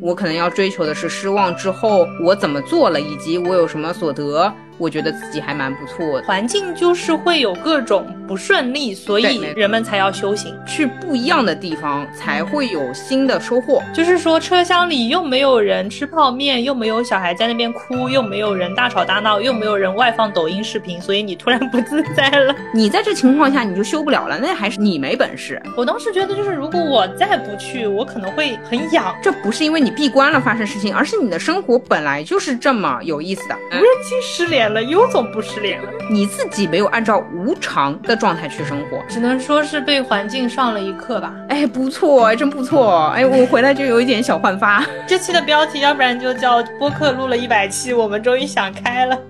我可能要追求的是失望之后我怎么做了，以及我有什么所得，我觉得自己还蛮不错的。 环境就是会有各种不顺利，所以人们才要修行， 去不一样的地方才会有新的收获。 就是说车厢里又没有人吃泡面，又没有小孩在那边哭，又没有人大吵大闹，又没有人外放抖音视频，所以你突然不自在了。 你在这情况下你就修不了了，那还是你没本事。 我当时觉得就是如果我再不去，我可能会很痒。 这不是因为你闭关了发生事情，而是你的生活本来就是这么有意思的。 无人机失联了，优总不失联了， 你自己没有按照无常的状态去生活， 只能说是被环境上了一课吧。 哎，不错，真不错。哎，我回来就有一点小焕发。 这期的标题要不然就叫播客录了100期，我们终于想开了。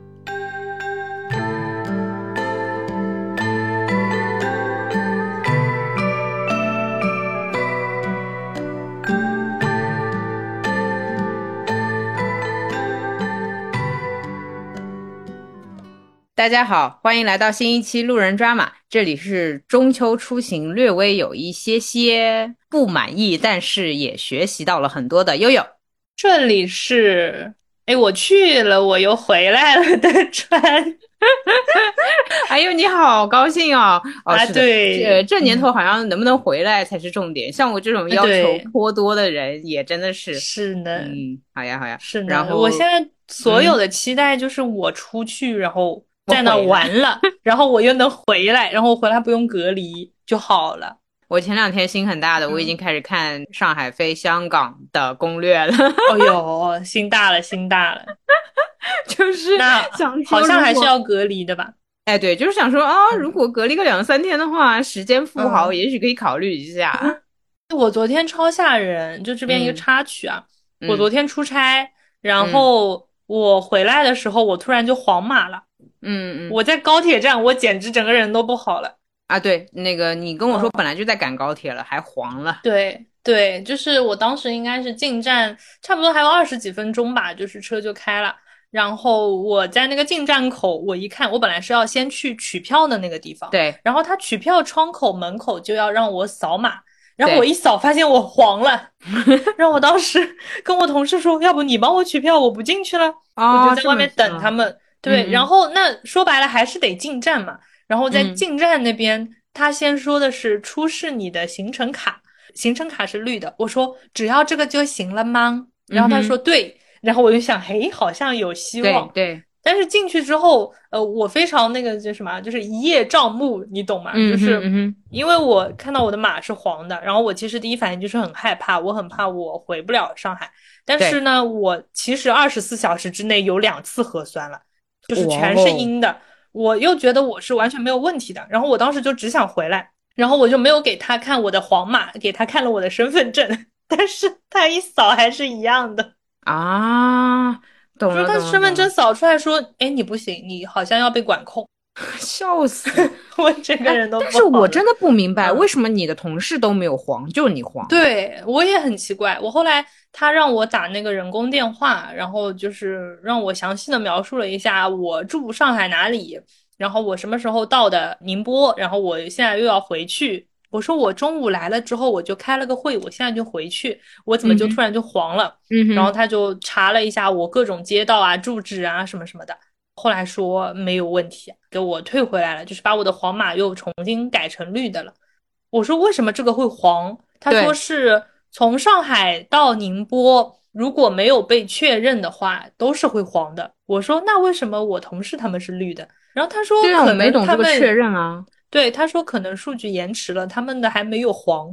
大家好，欢迎来到新一期路人抓马，这里是中秋出行略微有一些不满意，但是也学习到了很多的悠悠。 这里是我去了我又回来了的川。 哎呦，你好高兴哦！ 啊，对， 这年头好像能不能回来才是重点。像我这种要求颇多的人，也真的是是的， 好呀好呀， 是的。 然后我现在所有的期待就是我出去，然后在那玩了，然后我又能回来，然后回来不用隔离就好了。 我前2天心很大的，我已经开始看上海飞香港的攻略了。 哦呦，心大了，心大了。 就是那好像还是要隔离的吧？ 哎，对，就是想说啊，如果隔离个2-3天的话，时间富豪，也许可以考虑一下。 我昨天超吓人，就这边一个插曲啊，我昨天出差，然后我回来的时候，我突然就黄码了。我在高铁站，我简直整个人都不好了。 啊，对，那个你跟我说本来就在赶高铁了，还黄了。 对，就是我当时应该是进站，差不多还有20几分钟吧，就是车就开了。然后我在那个进站口，我一看，我本来是要先去取票的那个地方， 对， 然后他取票窗口门口就要让我扫码，然后我一扫发现我黄了，然后我当时跟我同事说，要不你帮我取票，我不进去了，我就在外面等他们。对，然后那说白了还是得进站嘛，然后在进站那边，他先说的是出示你的行程卡，行程卡是绿的，我说只要这个就行了吗？然后他说对。然后我就想，嘿，好像有希望。 对。 但是进去之后，我非常那个什么，就是一叶障目，你懂吗？就是因为我看到我的码是黄的，然后我其实第一反应就是很害怕，我很怕我回不了上海。但是呢，我其实24小时之内有2次核酸了，就是全是阴的。我又觉得我是完全没有问题的，然后我当时就只想回来，然后我就没有给他看我的黄码，给他看了我的身份证，但是他一扫还是一样的。 啊，懂了。 就是他身份证扫出来说，哎，你不行，你好像要被管控。 笑死我整个人都不好了。 但是我真的不明白，为什么你的同事都没有黄，就你黄？ 对，我也很奇怪。我后来他让我打那个人工电话，然后就是让我详细的描述了一下我住上海哪里，然后我什么时候到的宁波，然后我现在又要回去。我说我中午来了之后我就开了个会，我现在就回去，我怎么就突然就黄了？然后他就查了一下我各种街道啊、住址啊什么什么的，后来说没有问题，给我退回来了，就是把我的黄码又重新改成绿的了。我说为什么这个会黄？他说是从上海到宁波如果没有被确认的话都是会黄的。我说那为什么我同事他们是绿的？然后他说可能他们， 对啊，我没懂这个确认啊。 对，他说可能数据延迟了，他们的还没有黄。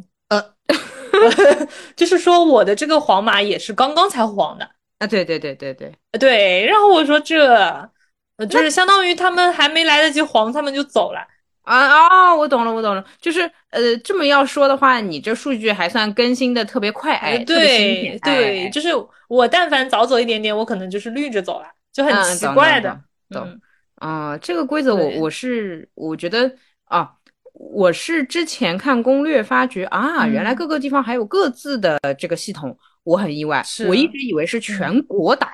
就是说我的这个黄码也是刚刚才黄的啊。对。 对，然后我说就是相当于他们还没来得及黄，他们就走了。 我懂了，就是这么要说的话，你这数据还算更新的特别快， 对对，就是我但凡早走一点点，我可能就是绿着走了，就很奇怪的。 懂这个规则我觉得我是之前看攻略发觉原来各个地方还有各自的这个系统，我很意外，我一直以为是全国打通。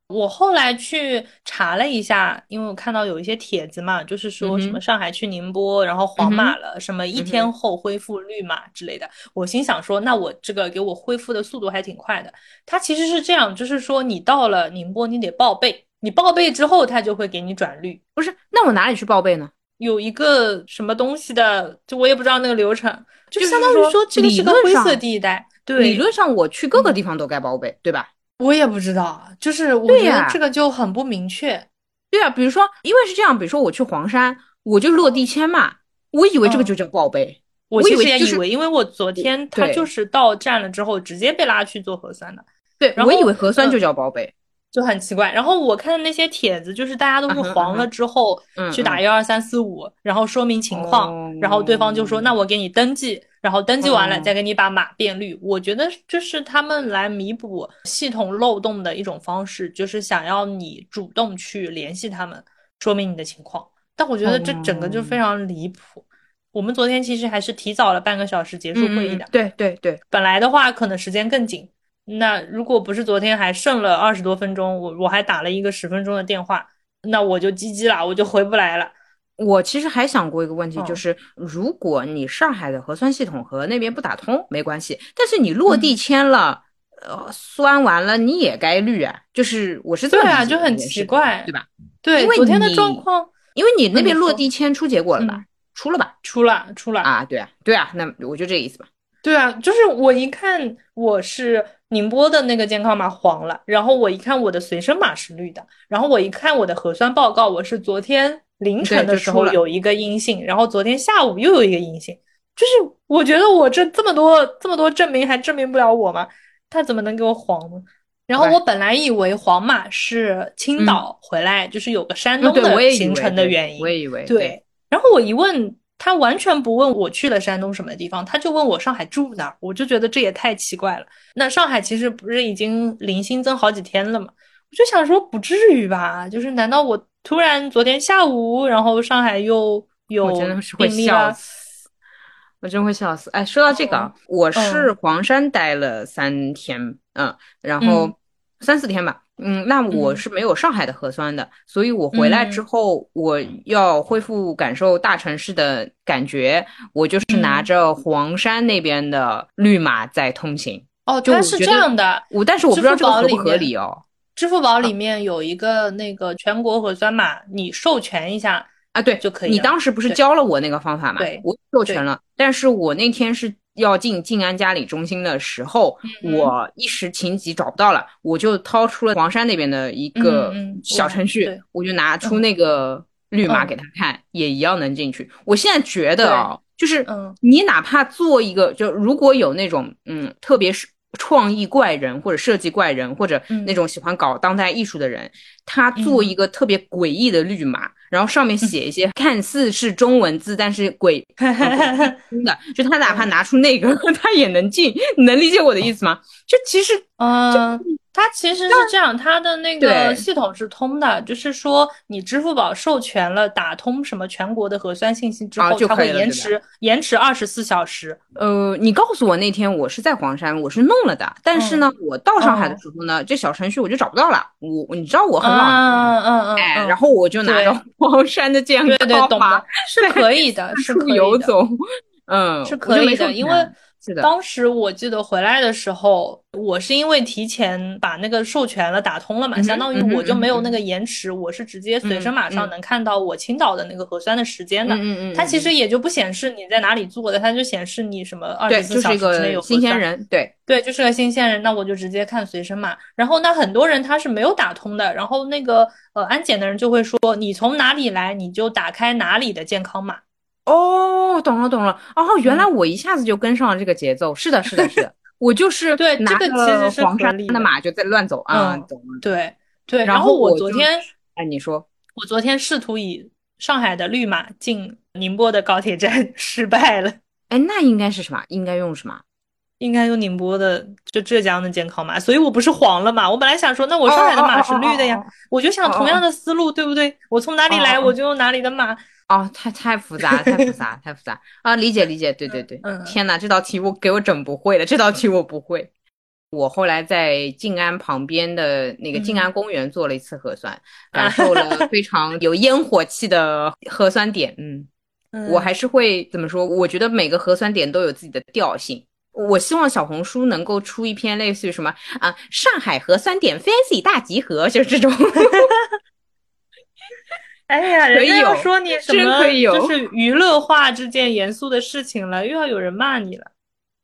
我后来去查了一下，因为我看到有一些帖子嘛，就是说什么嗯哼， 上海去宁波，然后黄码嗯哼， 了，什么一嗯哼， 天后恢复绿码之类的。我心想说，那我这个给我恢复的速度还挺快的。它其实是这样，就是说你到了宁波，你得报备，你报备之后，它就会给你转绿。 不是，那我哪里去报备呢？ 有一个什么东西的，就我也不知道那个流程，就相就是说， 当于说这个理是个灰色论上， 地带。对， 理论上我去各个嗯， 地方都该报备，对吧？ 我也不知道，就是我觉得这对呀， 个就很不明确。 对呀，比如说，因为是这样，比如说我去黄山，我就落地签嘛，我以为这个就嗯。 叫报备， 我其我以为就是实也以为，因为我昨天他就对是到站了之后直接被拉去做核酸的， 对， 然后我以为核酸就叫报备。 就很奇怪。然后我看那些帖子，就是大家都嗯是黄了哼嗯哼之后去打嗯嗯 12345，然后说明情况，然后对方就说那哦我给你登记，然后登记完了再哦给你把码变绿。我觉得这是他们来弥补系统漏洞的一种方式，就是想要你主动去联系他们，说明你的情况。但我觉得这整个就非哦， 常离谱。我们昨天其实还是提早了半个小时结束会议的， 对对对， 本来的话可能时间更紧。那如果不是昨天还剩了20多分钟，我还打了一个10分钟的电话，那我就 GG 了，我就回不来了。 我其实还想过一个问题，就嗯是如果你上海的核酸系统和那边不打通没关系，但是你落地嗯， 签了，酸完了你也该绿啊，就是我是这对啊， 么理解就很这件事的，对奇怪。 吧？因对， 为昨天的状况， 因为你那边落你说， 地签出结果了吧？ 嗯， 出了吧？ 出了。 啊，对啊，对啊，那我就这个意思吧。 对啊，就是我一看我是宁波的那个健康码黄了，然后我一看我的随身码是绿的，然后我一看我的核酸报告，我是昨天凌晨对， 的时候就出了。 有一个阴性，然后昨天下午又有一个阴性，就是我觉得我这么多证明还证明不了我吗？他怎么能给我黄呢？然后我对， 本来以为黄码是青嗯， 岛回来，就是有个山对， 东我也以为， 的行程的对， 原因， 我也以为，对。 对。然后我一问，他完全不问我去了山东什么地方，他就问我上海住哪儿，我就觉得这也太奇怪了。那上海其实不是已经零新增好几天了吗？我就想说不至于吧，就是难道我突然昨天下午，然后上海又我真有的是会病例啦？ 笑死，我真会笑死。哎，说到这个嗯啊，我是嗯黄山待了3天，然嗯后3、4天吧，那我嗯是没有上海的核酸的，所以我回来之嗯后，我要恢复感受大城市的感觉，我就是拿嗯， 着黄山那边的绿码在通行。 哦， 就它是这我觉得样的， 但是我不知道支付宝这个合不里面。 合理哦。 支付宝里啊面有一个那个全国核酸码，你授权一下啊，对， 就可以了。 你当时不是对教了我那个方法嘛？ 对我授权对， 了，但是我那天是要进静安嘉里中心的时候， 嗯我一时情急找不到了，我就掏出了黄山那边的一个小程序， 对， 我就拿出嗯那个绿码给嗯他看，也一样能进去。我现在觉得对， 啊，就是嗯你哪怕做一个，就如果有那种特别是创意怪人或者设计怪人或者那嗯种喜欢搞当代艺术的人，他做嗯一个特别诡异的绿码，然后上面嗯， 写一些看似是中文字，但是鬼听的，就他哪怕嗯拿出那个，他也能进。你能理解我的意思吗？就其实嗯，它其实是这样，它的那个对系统是通的，就是说你支付宝授权了打通什么全国的核酸信息之啊后，它会就可以了，对吧？ 延迟24小时。 你告诉我那天我是在黄山，我是弄了的，但是嗯呢，我到上海的嗯时候呢，这小程序我就找不到了。你知道我很老实，哎，然嗯， 后我就拿着对黄山的健对对， 康码懂的，是在可以的，是四处可以的。 游走， 是我就没可以的，因为授权。是的， 当时我记得回来的时候，我是因为提前把那个授权了打通了嘛， 嗯哼， 相当于嗯哼， 我就没有那个嗯哼， 延迟，我是直接随身码上嗯嗯能看到我青岛的那个核酸的时间嗯的。它其嗯嗯嗯嗯， 实也就不显示你在哪里做的，它就显示你什么二十对， 四就是一小时之内个有核酸。 新鲜人，对， 对，就是个新鲜人，那我就直接看随身码。然后那很多人他是没有打通的，然后那个安检的人就会说，你从哪里来，你就打开哪里的健康码。 哦，懂了懂了，哦，原来嗯。 我一下子就跟上了这个节奏，是的，是的，是的，我就是对，这拿个其实是着黄山合理的。 的码就在乱走啊， 嗯， 懂了懂了， 对对。 然后然后我我就， 昨天， 哎，你说。 我昨天试图以上海的绿码进宁波的高铁站，失败了。 哎，那应该是什么？应该用什么？ 应该用宁波的，就浙江的健康码，所以我不是黄了嘛？我本来想说，那我哦上海的码哦哦哦是绿的呀， 哦我就想同样哦哦的思路，对不对？我从哪里来，我哦哦哦就用哪里的码。 哦，太复杂了，太复杂了，太复杂啊！理解理解，对对对， 嗯嗯。 天呐，这道题我整不会了，这道题我不会。 我后来在静安旁边的那个静嗯安公园做了一次核酸， 啊， 感受了非常有烟火气的核酸点。我还嗯， 是会怎么说？我觉得每个核酸点都有自己的调性。我希望小红书能够出一篇类似于什么啊，上海核酸点 fancy 大集合，就是这种哎呀，人家要可以有， 说你什真可么， 以有。 就是娱乐化这件严肃的事情了，又要有人骂你了。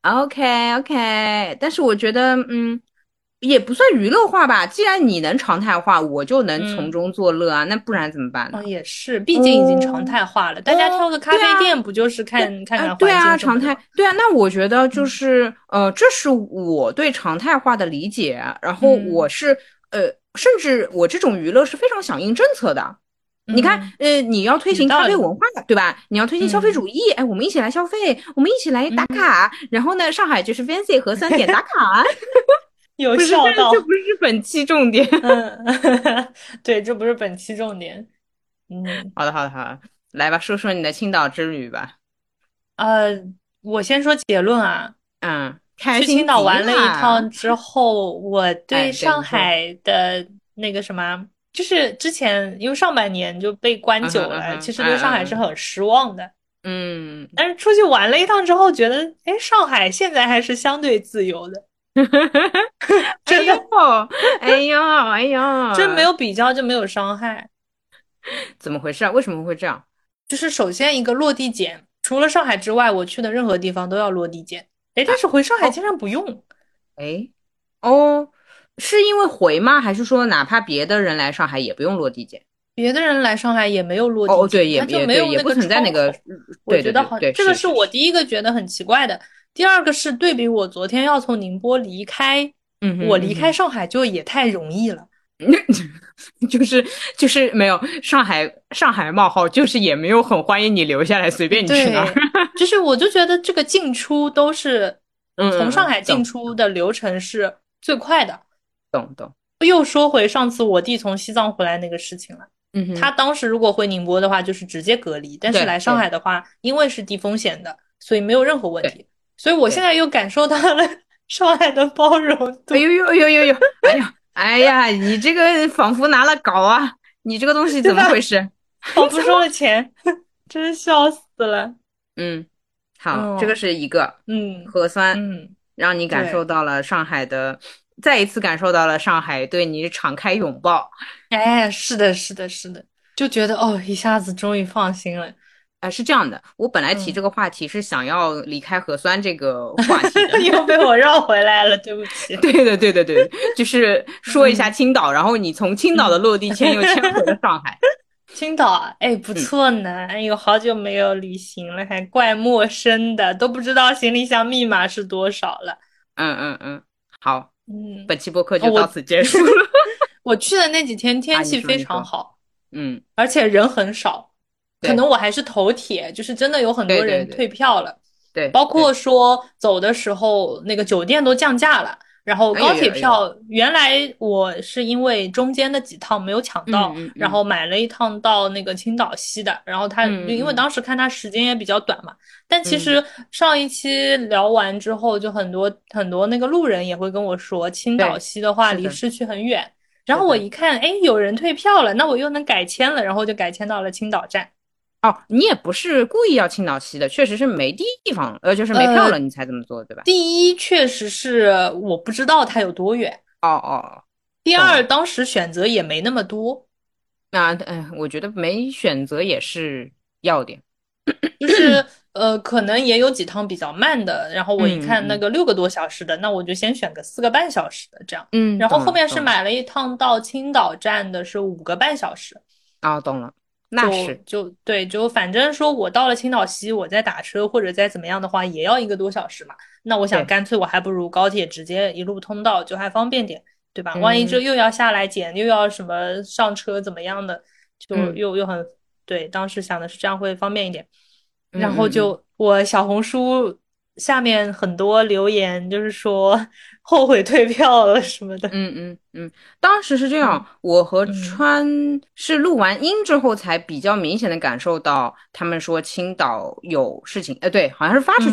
OK OK，但是我觉得，也不算娱乐化吧。既然你能常态化，我就能从嗯。 中作乐啊。那不然怎么办哦， 呢？ 也是，毕竟已经常哦态化了。大家哦， 挑个咖啡对啊， 店，不就是看看环对啊， 境什么的吗？ 常态，对啊。那我觉得就嗯是，这是我对常态化的理解。然后我嗯是，甚至我这种娱乐是非常响应政策的。你看， 嗯， 你要推行咖有道理。 啡文化，对吧？你要推行消费嗯主义，哎，我们一起来消费，我们一起来打嗯， 卡。然后呢，上海就是 fancy 核酸点打卡， 有不是，这不笑到。 是本期重点。 嗯，对，这不是本期重点。嗯好的，好的，好的，来吧，说说你的青岛之旅吧。 呃，我先说结论啊。 开去青心极岛玩了一了。 趟之后，我对哎，对， 上你说， 海的那个什么，就是之前因为上半年就被关嗯哼， 久了，其嗯哼， 实对上海是很失望的。 嗯嗯但是出去玩了一趟之后，觉得，哎，上海现在还是相对自由的， 嗯，哎呦， 真的， 哎呦，哎呦， 真没有比较就没有伤害。 怎么回事啊？为什么会这样？ 就是首先一个落地检，除了上海之外，我去的任何地方都要落地检。哎，但是回上海哦， 竟然不用。 哎，哦，是因为回吗？还是说哪怕别的人来上海也不用落地检？ 别的人来上海也没有落哦哦，对， 地检，他就也也对，也不没有那个存在那个， 窗口。我对对觉得好， 对对， 这个是我是是是， 第一个觉得很奇怪的。第二个是对比我昨天要从宁波离开， 嗯我哼嗯哼。 离开上海就也太容易了。 就是就是没有上海冒号，就是也没有很欢迎你留下来，随便你去哪儿。 对，就是我就觉得这个进出都是嗯嗯嗯， 从上海进懂出的流程是最快的。 懂懂， 又说回上次我弟从西藏回来那个事情了， 嗯哼， 他当时如果回宁波的话，就是直接隔离，但是来上对对海的话，因为是低风险的，所以没有任何问对题。所以我现对， 在又感受到了上海的包容度， 哎呦呦呦呦呦，哎呀哎呀，你这个仿佛拿了稿啊，你这个东西怎么回对吧？ 事？ 仿佛收了钱，真笑死了。 嗯，好，这个嗯是一个嗯核酸， 嗯， 让你感受对。 到了上海的，再一次感受到了上海对你敞开拥抱。 哎，是的，是的，是的，就觉得哦，一下子终于放心了。 是这样的，我本来提这嗯， 个话题是想要离开核酸这个话题的。 又被我绕回来了，对不起。 对的，对的，对的，就是说一下嗯青岛，然后你从青岛的嗯， 落地签又签回了上海。 青岛啊，哎，不嗯错呢。哎呦，好久没有旅行了，还怪陌生的，都不知道行李箱密码是多少了。 好， 嗯， 本期播客哦， 就到此结束了。 我去的那几天啊，你说， 天气非你说， 常好， 嗯， 而且人很少。可对， 能我还是头铁，就是真的有很多人退对对对票了。 对对， 包括说走的时候，那个酒店都降价了，然后哎呦高铁呦哎呦， 票原来我是因为中间的几趟没有抢到，然嗯嗯嗯后买了一趟到那个青岛西的，然后他因为嗯嗯当时看他时间也比较短嘛，但其嗯， 实上一期聊完之后，就很多很多那个路人也会跟我说，青岛对， 西的话是的， 离市区很远，然后我是的。 一看，哎，有人退票了，那我又能改签了，然后就改签到了青岛站。 哦，你也不是故意要青岛西的，确实是没地方，就是没票呃， 了，你才这么做，对吧？ 第一确实是我不知道它有多远。 哦哦， 第二， 懂了。 当时选择也没那么多， 那我觉得没选择也是要点。 就是可能也有几趟比较慢的，然后我一看那嗯嗯个6个多小时的，那我就先选个4个半小时的这样， 懂然后后面是了懂了。 买了一趟到青岛站的是5个半小时， 哦，懂了，那就是就对，就反正说我到了青岛西，我再打车或者再怎么样的话，也要1个多小时嘛，那我想对， 干脆我还不如高铁直接一路通到，就还方便点，对吧？万一这嗯又要下来捡，又要什么上车怎么样的，就嗯又很，对，当时想的是这样会方便一点。然后嗯嗯嗯就我小红书下面很多留言，就是说后悔退票了什么的。 当时是这样， 嗯我和嗯川是录完音之后才比较明显的感受到，他们说青岛有事情，对，好像是发出去吧， 嗯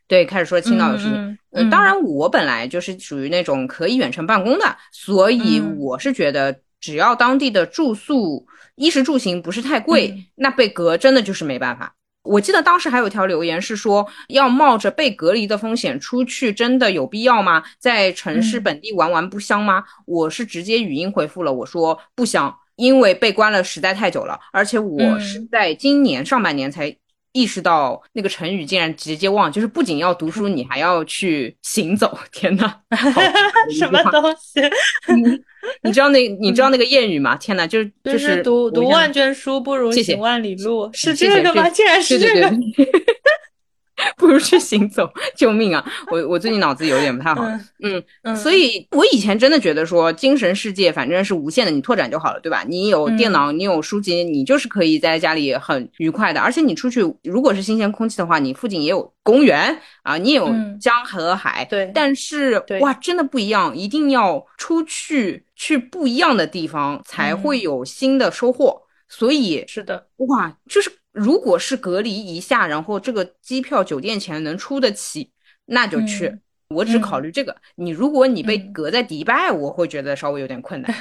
对，开始说青岛的事情。当嗯然我本来就是属于那种可以远程办公的，所以嗯我是觉得只要当地的住宿、衣食住行不是太贵， 嗯那被隔真的就是没办法。我记得当时还有一条留言是说，要冒着被隔离的风险出去，真的有必要吗？在城市嗯本地玩玩不香吗？我是直接语音回复了，我说不香，因为被关了实在太久了，而且我是嗯， 在今年上半年才意识到那个成语竟然直接忘，就是不仅要读书，你还要去行走。天呐，好长的一什么句话。 东西？ 你你知道嗯， 那个谚语吗？天呐，就就是是读我现在万卷书不如行谢谢万里路，是谢谢， 这个吗？竟然是对对对对。 这个。 不如去行走，救命啊！我最近脑子有点不太好。 嗯嗯，所嗯以我以前真的觉得说精神世界反正是无限的，你拓展就好了，对吧？你有电嗯脑，你有书籍，你就是可以在家里很愉快的。而且你出去，如果是新鲜空气的话，你附近也有公园啊，你有嗯， 江河海。 对但是哇， 对， 真的不一样，一定要出去不一样的地方，才会嗯， 有新的收获。所以是的， 哇，就是如果是隔离一下，然后这个机票、酒店钱能出得起，那就去。 嗯我只考嗯虑这个。如果你被嗯。 隔在迪拜，我会觉得稍微有点困难。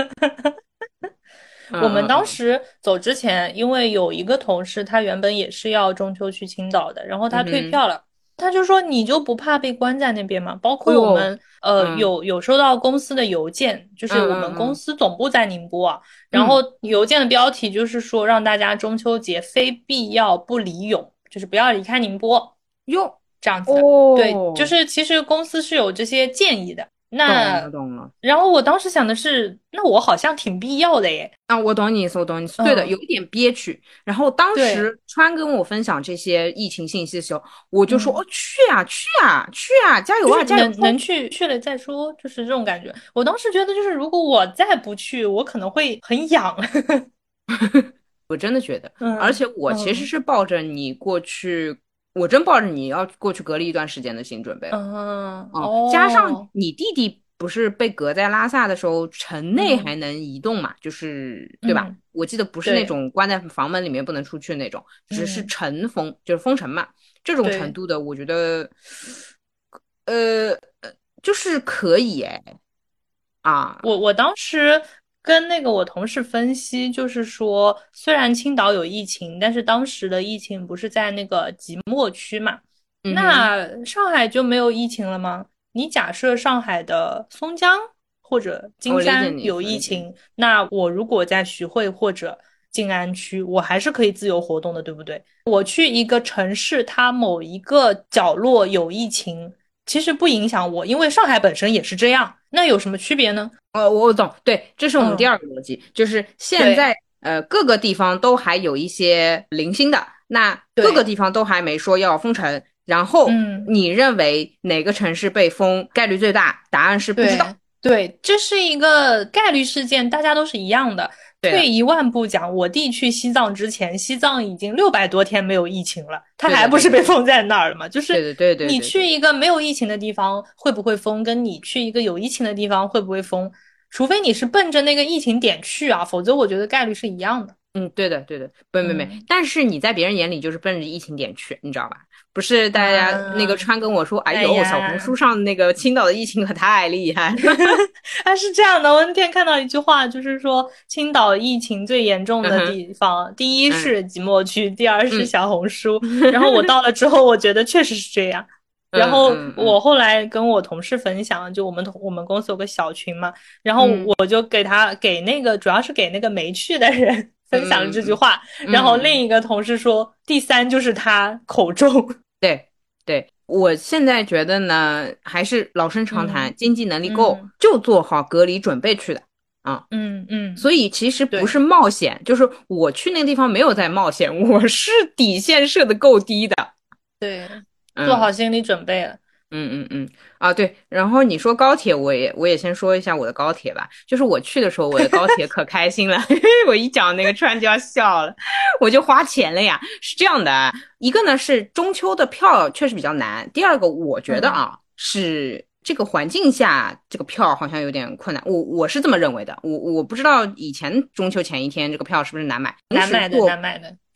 嗯我们嗯嗯当时走之前，因为有一个同事，他原本也是要中秋去青岛的，然后他退嗯哼， 票了。他就说：“你就不怕被关在那边吗？”包括我哎呦， 们嗯有收到公司的邮件，就是我们公嗯嗯司总部在宁波啊，然后嗯， 邮件的标题就是说让大家中秋节非必要不离永，就是不要离开宁波哟， 这样子的。对，就哦， 是其实公司是有这些建议的。 懂了那懂了。 然后我当时想的是，那我好像挺必要的耶。 啊，我懂你意思，我懂你意思。对的， 嗯， 有一点憋屈。然后当对， 时川跟我分享这些疫情信息的时候，我就说： 嗯， “哦，去啊，去啊，去啊，加油就是啊，加油！” 能去了再说，就是这种感觉。我当时觉得，就是如果我再不去，我可能会很痒。 我真的觉得，而嗯且我其实嗯是抱着你过去，我真抱着你要过去隔离一段时间的心准备了。 嗯， 加上哦， 你弟弟不是被隔在拉萨的时候，城内还嗯能移动嘛，就是对吧？ 嗯， 我记得不是那对， 种关在房门里面不能出去那种，只是嗯城封，就是封城嘛。这种程对。 度的，我觉得，呃，就是可以哎啊， 我当时跟那个我同事分析，就是说，虽然青岛有疫情，但是当时的疫情不是在那个即墨区嘛， 嗯哼， 那上海就没有疫情了吗？你假设上海的松江或者金我理解山有你意思，理解你。 疫情，那我如果在徐汇或者静安区，我还是可以自由活动的，对不对？我去一个城市，它某一个角落有疫情，其实不影响我，因为上海本身也是这样，那有什么区别呢？ 我懂，对，这是我们第嗯， 二个逻辑，就是现对在各个地方都还有一些零星的，那各个对， 地方都还没说要封城，然后嗯， 你认为哪个城市被封概率最大？答案是不知道。 对对，这是一个概率事件，大家都是一样的。 对的， 退一万步讲，我弟去西藏之前，西藏已经600多天没有疫情了，他对的， 还不是对的， 被封在那儿了吗？就是对的，对对你对对， 去一个没有疫情的地方会不会封，跟你去一个有疫情的地方会不会封，除非你是奔着那个疫情点去啊，否则我觉得概率是一样的。 嗯，对的，对的，没， 嗯但是你在别人眼里就是奔着疫情点去，你知道吧？不是大家那个啊， 川跟我说，哎哎呦，小红书呀。 上那个青岛的疫情可太厉害了。 啊，是这样的，我那天看到一句话，就是说青岛疫情最严重的嗯哼， 地方，第一嗯是即墨区，第二是嗯小红书。然后我到了之后，我觉得确实是这样。然嗯后嗯嗯我后来跟我同事分享，就我们公司有个小群嘛，然后嗯我就给那个主要是给那个没去的人分享了嗯嗯这句话，然后嗯嗯。 另一个同事说，第三就是他口重。 对对，我现在觉得呢，还是老生常谈， 嗯经济能力够嗯就做好隔离准备去的啊。 嗯嗯， 所以其实不是对冒险，就是我去那个地方没有在冒险，我是底线设的够低的。 对，做嗯好心理准备了。 啊对，然后你说高铁，我也先说一下我的高铁吧。就是我去的时候，我的高铁可开心了，嘿嘿，我一讲那个川就要笑了，我就花钱了呀。是这样的啊，一个呢是中秋的票确实比较难，第二个我觉得嗯。 啊是这个环境下这个票好像有点困难，我是这么认为的。我不知道以前中秋前一天这个票是不是难买，平难买的， 时坐难买的。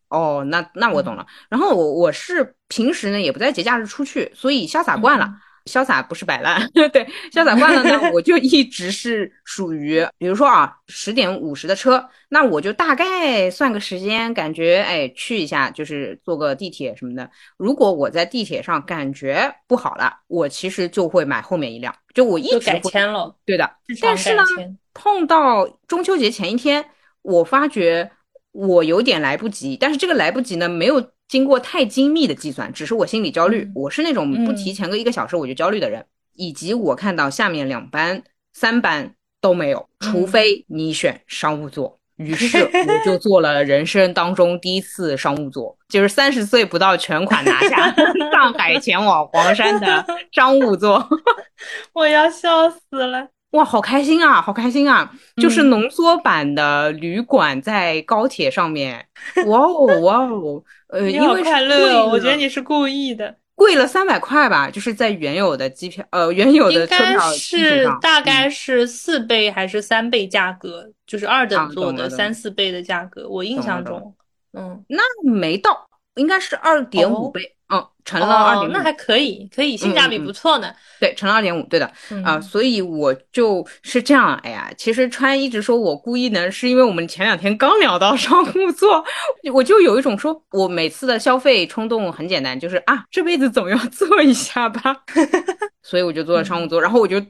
哦，那我懂了。然后我是平时呢也不在节假日出去，所以潇洒惯了。潇洒不是摆烂，对，潇洒惯了呢，我就一直是属于，比如说啊，10:50的车，那我就大概算个时间，感觉哎去一下，就是坐个地铁什么的。如果我在地铁上感觉不好了，我其实就会买后面一辆，就我一就改直会， 签了， 对的。 日常但是呢， 改签。 碰到中秋节前一天，我发觉我有点来不及，但是这个来不及呢，没有经过太精密的计算，只是我心里焦虑。我是那种不提前个1个小时我就焦虑的人，以及我看到下面2班、3班都没有，除非你选商务座。于是我就做了人生当中第一次商务座，就是30岁不到全款拿下上海前往黄山的商务座。 我要笑死了。 哇，好开心啊，好开心啊！就是浓缩版的旅馆在高铁上面，哇哦哇哦， 你好因为是快乐哦，我觉得你是故意的。 贵了300块吧，就是在原有的机票原有的车应该票基础上， 是大概是4倍还是3倍价格，就是二等座的懂了懂了 3、4倍的价格，我印懂了懂了， 象中。嗯。 那没到，应该是2.5倍，乘了二哦， 点五， 那还可以，可以，性价比不错呢。 对，乘了2.5，对的所以我就是这样。哎呀，其实川一直说我故意呢，是因为我们前2天刚聊到商务座，我就有一种说，我每次的消费冲动很简单，就是啊，这辈子总要坐一下吧。所以我就坐了商务座，然后我就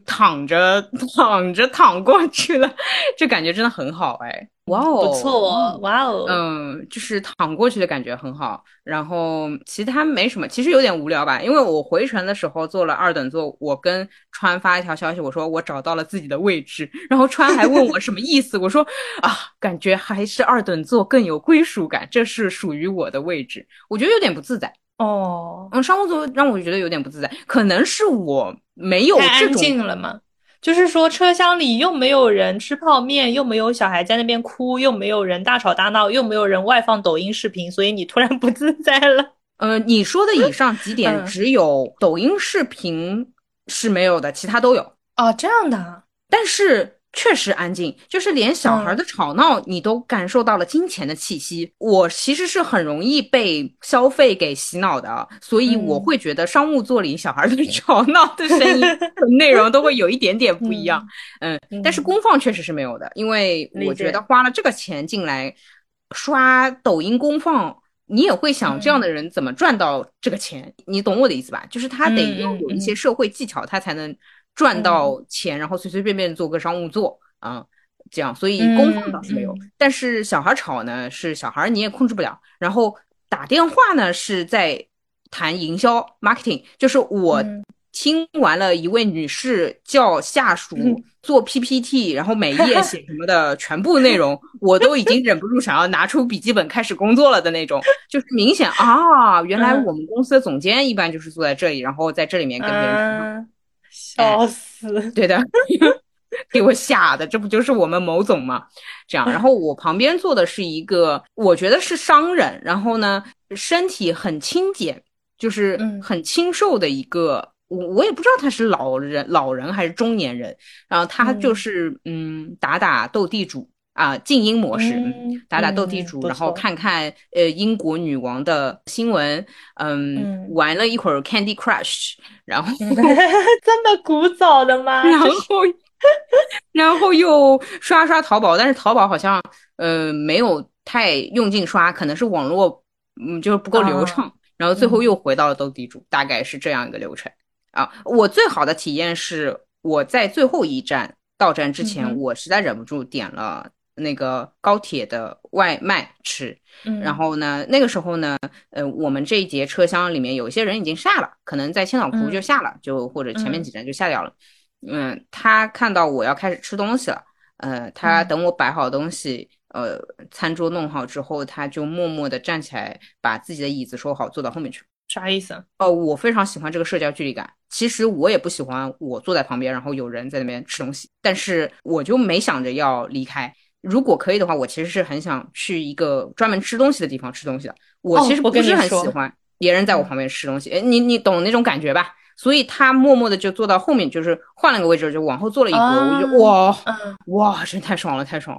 躺过去了，这感觉真的很好哎，哇不哦， 错，哇哦。 就是躺过去的感觉很好，然后其他没什么，其实有点无聊吧，因为我回程的时候坐了2等座，我跟川发一条消息，我说我找到了自己的位置，然后川还问我什么意思，我说啊，感觉还是2等座更有归属感，这是属于我的位置，我觉得有点不自在。 哦， 商务座让我觉得有点不自在，可能是我没有太安这种， 静了嘛。就是说，车厢里又没有人吃泡面，又没有小孩在那边哭，又没有人大吵大闹，又没有人外放抖音视频，所以你突然不自在了。 你说的以上几点只有抖音视频是没有的，其他都有。 哦，这样的啊。 但是确实安静，就是连小孩的吵闹你都感受到了金钱的气息。我其实是很容易被消费给洗脑的，所以我会觉得商务座里小孩的吵闹的声音和内容都会有一点点不一样。但是公放确实是没有的，因为我觉得花了这个钱进来刷抖音公放。你也会想这样的人怎么赚到这个钱，你懂我的意思吧？就是他得要有一些社会技巧，他才能赚到钱，然后随随便便做个商务座这样。所以公放倒是没有，但是小孩吵呢，是小孩你也控制不了。然后打电话呢是在谈营销 marketing，就是我听完了一位女士叫下属做 PPT，然后每页写什么的全部内容，我都已经忍不住想要拿出笔记本开始工作了的那种，就是明显啊，原来我们公司的总监一般就是坐在这里，然后在这里面跟别人笑死。 对的。给我吓的，这不就是我们某总吗？这样，然后我旁边坐的是一个，我觉得是商人，然后呢，身体很轻简，就是很清瘦的一个，我也不知道他是老人还是中年人，然后他就是打打斗地主静音模式，打打斗地主，然后看看英国女王的新闻，玩了一会儿 Candy Crush，然后这么古早的吗？ 然后又刷刷淘宝，但是淘宝好像没有太用劲刷，可能是网络就是不够流畅，然后最后又回到了斗地主，大概是这样一个流程我最好的体验是我在最后一站到站之前，我实在忍不住点了那个高铁的外卖吃，然后呢，那个时候呢，我们这一节车厢里面有一些人已经下了，可能在千岛湖就下了，就或者前面几站就下掉了。他看到我要开始吃东西了，他等我摆好东西，餐桌弄好之后，他就默默地站起来，把自己的椅子收好，坐到后面去。 啥意思啊？ 我非常喜欢这个社交距离感。其实我也不喜欢我坐在旁边，然后有人在那边吃东西，但是我就没想着要离开。如果可以的话，我其实是很想去一个专门吃东西的地方吃东西的。我其实不是很喜欢别人在我旁边吃东西，你懂那种感觉吧？所以他默默的就坐到后面，就是换了个位置，就往后坐了一格。我就哇，真太爽了，太爽了。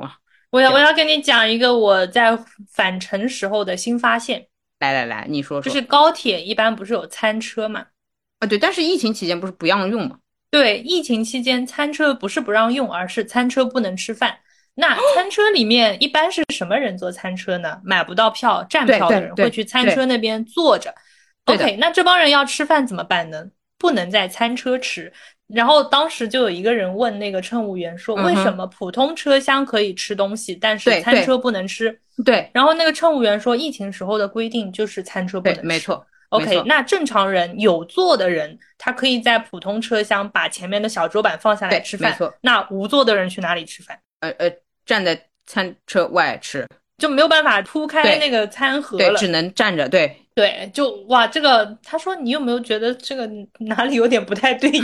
我要跟你讲一个我在返程时候的新发现， 来来来，你说说。 就是高铁一般不是有餐车嘛？ 啊，对，但是疫情期间不是不让用吗？ 对，疫情期间餐车不是不让用，而是餐车不能吃饭。那餐车里面一般是什么人坐餐车呢？买不到票、站对票的人会对对去餐车对那边坐着。 对的。 OK，那这帮人要吃饭怎么办呢？不能在餐车吃。然后当时就有一个人问那个乘务员说，为什嗯哼。 么普通车厢可以吃东西，但是对对餐车不能吃？ 对然后那个乘务员说，疫情时候的规定就是餐车不对， 能吃。 没错没 OK， 错。 那正常人有座的人，他可以在普通车厢把前面的小桌板放下来吃饭。 对没错。 那无座的人去哪里吃饭？ 站在餐车外吃。 就没有办法铺开那对个餐盒对， 了。 只能站着。对。 对，就哇，这个他说你有没有觉得这个哪里有点不太对？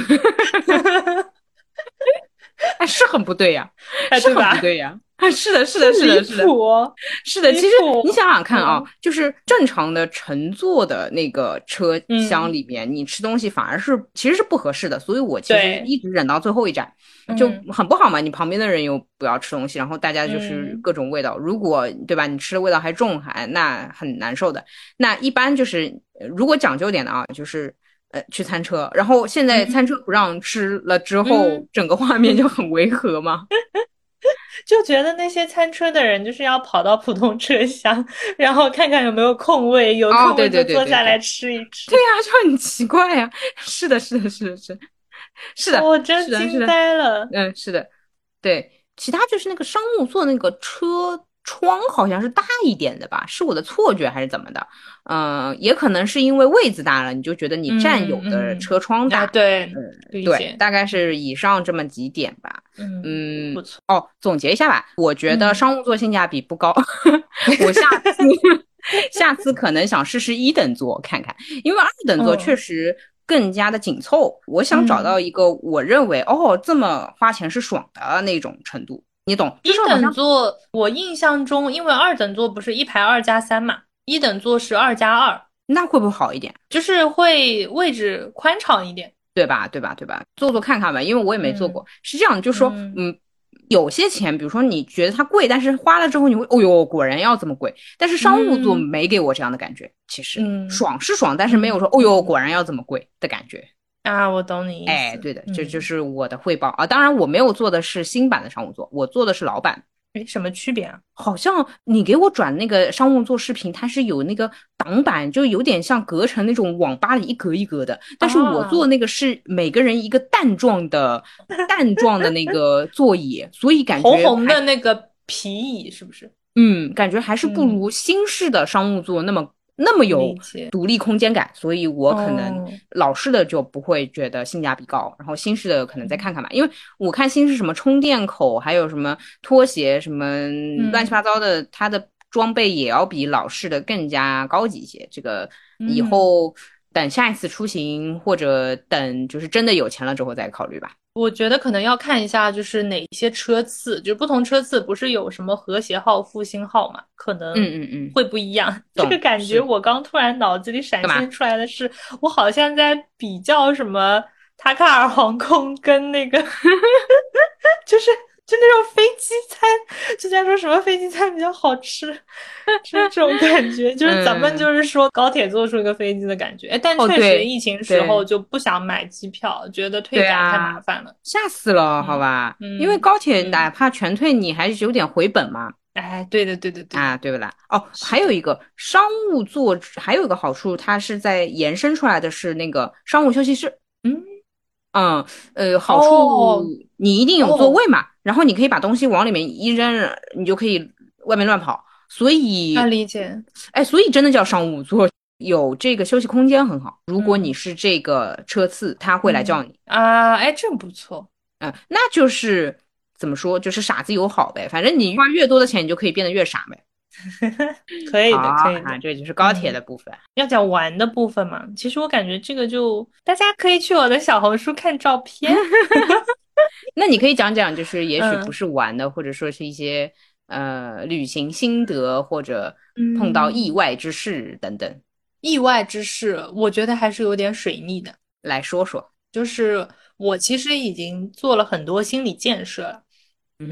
哎，是很不对呀， 哎， 是很不对吧？ 对呀。是的，是的，是的， 是离是的。 谱哦， 是的， 离其实你谱。 想想看啊， 嗯就是正常的乘坐的那个车厢嗯， 里面，你吃东西反而是其实是不合适的，所以我其实对， 一直忍到最后一站，就嗯很不好嘛。你旁边的人又不要吃东西，然后大家就是嗯各种味道，如果对吧，你吃的味道还重，那很难受的。那一般就是如果讲究点的啊，就是去餐车，然后现在餐车嗯不让吃了之后， 嗯， 整个画面就很违和嘛。 就觉得那些餐车的人就是要跑到普通车厢，然后看看有没有空位，有哦， 空位就对对对坐下来对对。 吃一吃。 对呀，就很奇怪呀。是的，是的，是的，是的， 我是的，是真惊的。 呆了。 是的。对，其他就是那个商务座那个车窗好像是大一点的吧，是我的错觉还是怎么的？也可能是因为位子大了，你就觉得你占有的车窗哎， 大。 对， 对， 理解。 大概是以上这么几点吧。 不错。 哦，总结一下吧，我觉得嗯商务座性价比不高，我下次下次可能想试试一等座看看，因为二等座确嗯实更加的紧凑，我想找到嗯， 一个我认为这么花钱是爽的那种程度，你懂？就一等是好像座我印象中，因为二等座不是一排2+3嘛，一等座是2+2， 那会不会好一点？ 就是会位置宽敞一点。 对吧？对吧？对吧？坐坐看看吧，因为我也没坐过。 嗯是这样，就说， 嗯有些钱，比如说你觉得它贵，但是花了之后你会，哦呦，果然要这么贵。但是商务座嗯没给我这样的感觉，其实嗯爽是爽，但是没有说，哦呦， 嗯果然要这么贵的感觉。 啊，我懂你意哎， 思。 对的，这就是我的汇报啊。当然，我没有坐的是新版的商务座，我坐的是老版。 诶，什么区别啊？ 好像你给我转那个商务座视频，它是有那个挡板，就有点像隔成那种网吧里一格一格的。但是我坐啊， 那个是每个人一个蛋状的那个座椅，所以感红红觉还的那个皮椅是不是？ 感觉还是不嗯， 如新式的商务座那么有理解。 独立空间感，所以我可能哦， 老式的就不会觉得性价比高，然后新式的可能再看看吧，因为我看新式什么充电口，还有什么拖鞋，什么乱七嗯八糟的，它的装备也要比老式的更加高级一些。这个以嗯。 后等下一次出行或者等就是真的有钱了之后再考虑吧。 我觉得可能要看一下，就是哪些车次，就是不同车次不是有什么和谐号、复兴号嘛，可能会不一样。这个懂感觉， 是我刚突然脑子里闪干嘛？ 现出来的是，我好像在比较什么塔卡尔航空跟那个，就是就那种飞机餐，就在说什么飞机餐比较好吃，就是这种感觉。就是咱们嗯。 就是说高铁坐出一个飞机的感觉，哎，但哦， 确实对疫情时候对。 就不想买机票，觉得退对改太啊， 麻烦了。 吓死了，好嗯吧？因为嗯高铁哪嗯， 怕全退，你还是有点回本嘛， 哎，对的对的对的， 啊，对不啦？哦， 是的。 还有一个商务座，还有一个好处，它是在延伸出来的是那个商务休息室。 嗯， 嗯，好处哦你一定有座哦， 位嘛，然后你可以把东西往里面一扔，你就可以外面乱跑。所那以， 理解。 哎，所以真的叫商务座，有这个休息空间很好。如果你嗯是这个车次，他会来叫嗯你。 啊，哎，真不错。 那就是怎么说，就是傻子有好呗，反正你花越多的钱，你就可以变得越傻呗。 可以的，可以的。 这就是高铁嗯， 的部分。 要讲玩的部分嘛，其实我感觉这个就大家可以去我的小红书看照片。 那你可以讲讲，就是也许不嗯是玩的，或者说是一些旅行心得，或者碰到意嗯， 外之事等等， 意外之事，我觉得还是有点水逆的。 来说说。 就是我其实已经做了很多心理建设了。 嗯哼。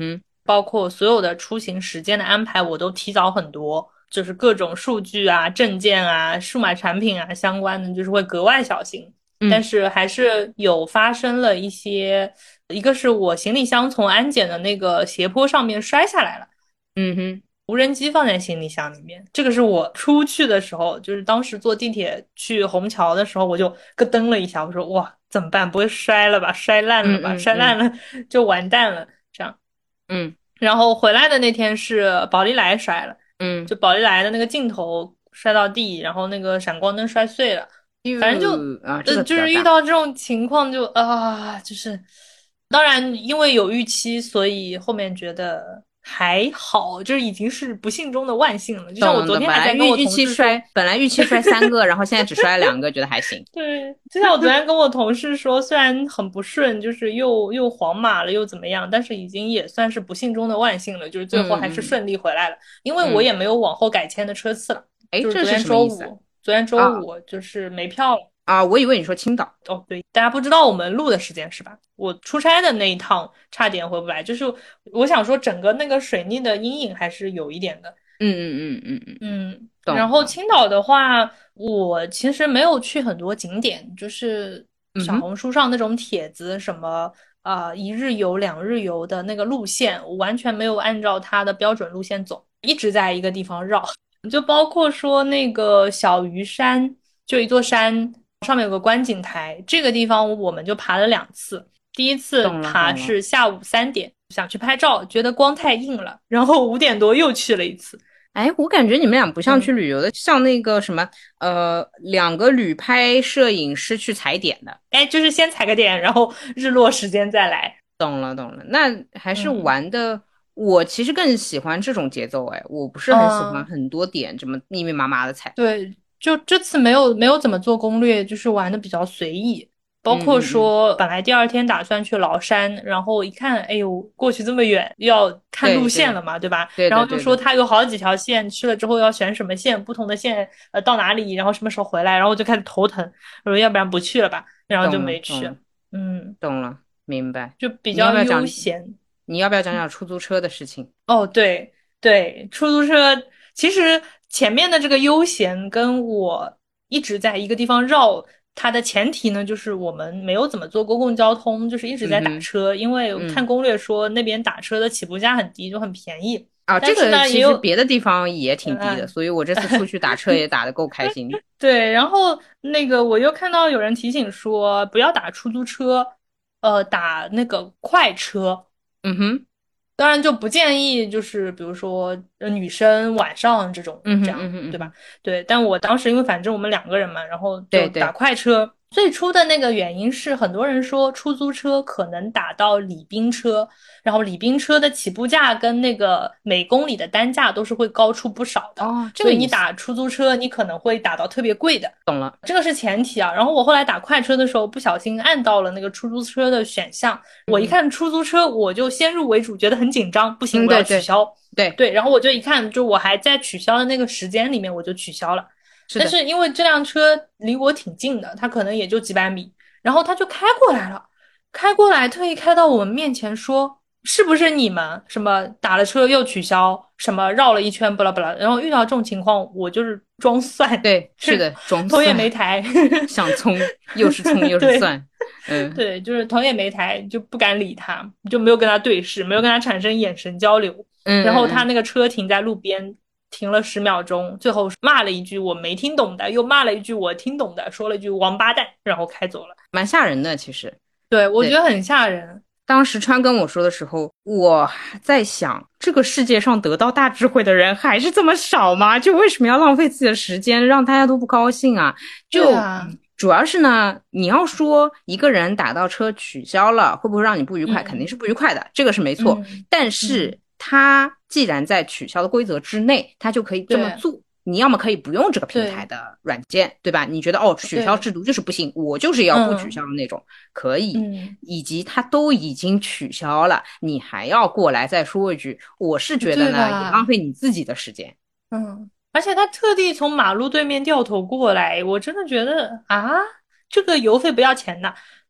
包括所有的出行时间的安排，我都提早很多，就是各种数据啊、证件啊、数码产品啊相关的，就是会格外小心。但嗯是还是有发生了一些，一个是我行李箱从安检的那个斜坡上面摔下来了。 嗯哼， 无人机放在行李箱里面，这个是我出去的时候，就是当时坐地铁去虹桥的时候，我就咯噔了一下，我说哇，怎么办？不会摔了吧？摔烂了嗯吧？ 嗯嗯摔烂了就完蛋了，这样。 嗯然后回来的那天是宝丽来摔了， 嗯， 就宝丽来的那个镜头摔到地，然后那个闪光灯摔碎了，反正就这个比就是遇较大。 到这种情况就就是当然因为有预期，所以后面觉得还好，就是已经是不幸中的万幸了。就像我懂的， 昨天还在跟我同事说， 本来预期摔3个，然后现在只摔了2个，觉得还行。 对，就像我昨天跟我同事说，虽然很不顺，就是又黄码了又怎么样，但是已经也算是不幸中的万幸了，就是最后还是嗯嗯顺利回来了。因为我嗯， 也没有往后改签的车次了， 哎， 就是这是什么意思昨天周啊？ 五就是没票了。 我以为你说青岛。 哦，对，大家不知道我们录的时间是吧？我出差的那一趟差点回不来，就是我想说整个那个水逆的阴影还是有一点的。 嗯， 然懂懂。 后青岛的话，我其实没有去很多景点，就是小嗯哼， 红书上那种帖子，什么一日游、2日游的那个路线，我完全没有按照它的标准路线走，一直在一个地方绕。就包括说那个小鱼山，就一座山，上面有个观景台，这个地方我们就爬了2次。第一次懂了爬懂了。 是下午3点，想去拍照，觉得光太硬了，然后5点多又去了一次。 哎，我感觉你们俩不像去嗯。 旅游的，像那个什么，2个旅拍摄影师去踩点的。 哎，就是先踩个点，然后日落时间再来。 懂了懂了，那还是嗯玩的。我其实更喜欢这种节奏，哎，我不是很喜欢嗯， 很多点这么密密麻麻的踩。 对，就这次没有怎么做攻略，就是玩的比较随意。包括嗯， 说本来第二天打算去崂山，然后一看，哎呦，过去这么远，要看路对对线了嘛，对吧？ 对然后又说的对的， 它有好几条线，去了之后要选什么线，不同的线，到哪里，然后什么时候回来，然后我就开始头疼，我说要不然不去了吧，然后就懂了没去。 懂了嗯， 懂了，明白。 就比你要较悠不要讲？ 闲。 你要不要讲讲出租车的事情？ 哦，对对，出租车其实前面的这个悠闲跟我一直在一个地方绕，它的前提呢，就是我们没有怎么坐公共交通，就是一直在打嗯哼， 车，因为看嗯。 攻略说那边打车的起步价很低，就很便宜。 这但是呢，也个其实有， 别的地方也挺低的， 嗯， 所以我这次出去打车也打得够开心。 对，然后那个我又看到有人提醒说不要打出租车，打那个快车。 嗯哼， 当然就不建议，就是比如说女生晚上这种嗯哼， 这样，对吧？ 嗯哼， 对，但我当时因为反正我们2个人嘛，然后就打对对， 快车。最初的那个原因是很多人说出租车可能打到礼宾车，然后礼宾车的起步价跟那个每公里的单价都是会高出不少的， 哦，这个意思， 所以你打出租车你可能会打到特别贵的。 懂了。 这个是前提啊。然后我后来打快车的时候，不小心按到了那个出租车的选项。我一嗯看出租车，我就先入为主，觉得很紧张，不行， 嗯， 我要对对取消。 对， 对，然后我就一看，就我还在取消的那个时间里面，我就取消了。 是的， 但是因为这辆车离我挺近的，它可能也就几百米，然后他就开过来了，开过来特意开到我们面前说。是不是你们什么打了车又取消，什么绕了一圈，不啦不啦？然后遇到这种情况，我就是装蒜， 对， 就是是的，装头也没蒜， 抬。 想葱，又是葱又是对蒜。嗯对，就是头也没抬，就不敢理他，就没有跟他对视，没有跟他产生眼神交流。然后他嗯， 那个车停在路边，停了10秒钟，最后骂了一句我没听懂的，又骂了一句我听懂的，说了一句王八蛋，然后开走了。 蛮吓人的，其实。 对，我觉对， 得很吓人。 当时川跟我说的时候，我还在想，这个世界上得到大智慧的人还是这么少吗？就为什么要浪费自己的时间，让大家都不高兴啊？就对啊， 主要是呢，你要说一个人打到车取消了，会不会让你不愉快？肯定嗯是不愉快的，这个是没错。 嗯但嗯， 是他既然在取消的规则之内，他就可以这么对做。你要么可以不用这个平台对的软件，对吧？你觉得哦，取消对， 制度就是不行，我就是要不取消嗯的那种，可以。 嗯， 以及他都已经取消了，你还要过来再说一句，我是觉得对呢，也浪吧？ 费你自己的时间。 而且他特地从马路对面掉头过来，我真的觉得啊，这个油费不要钱的。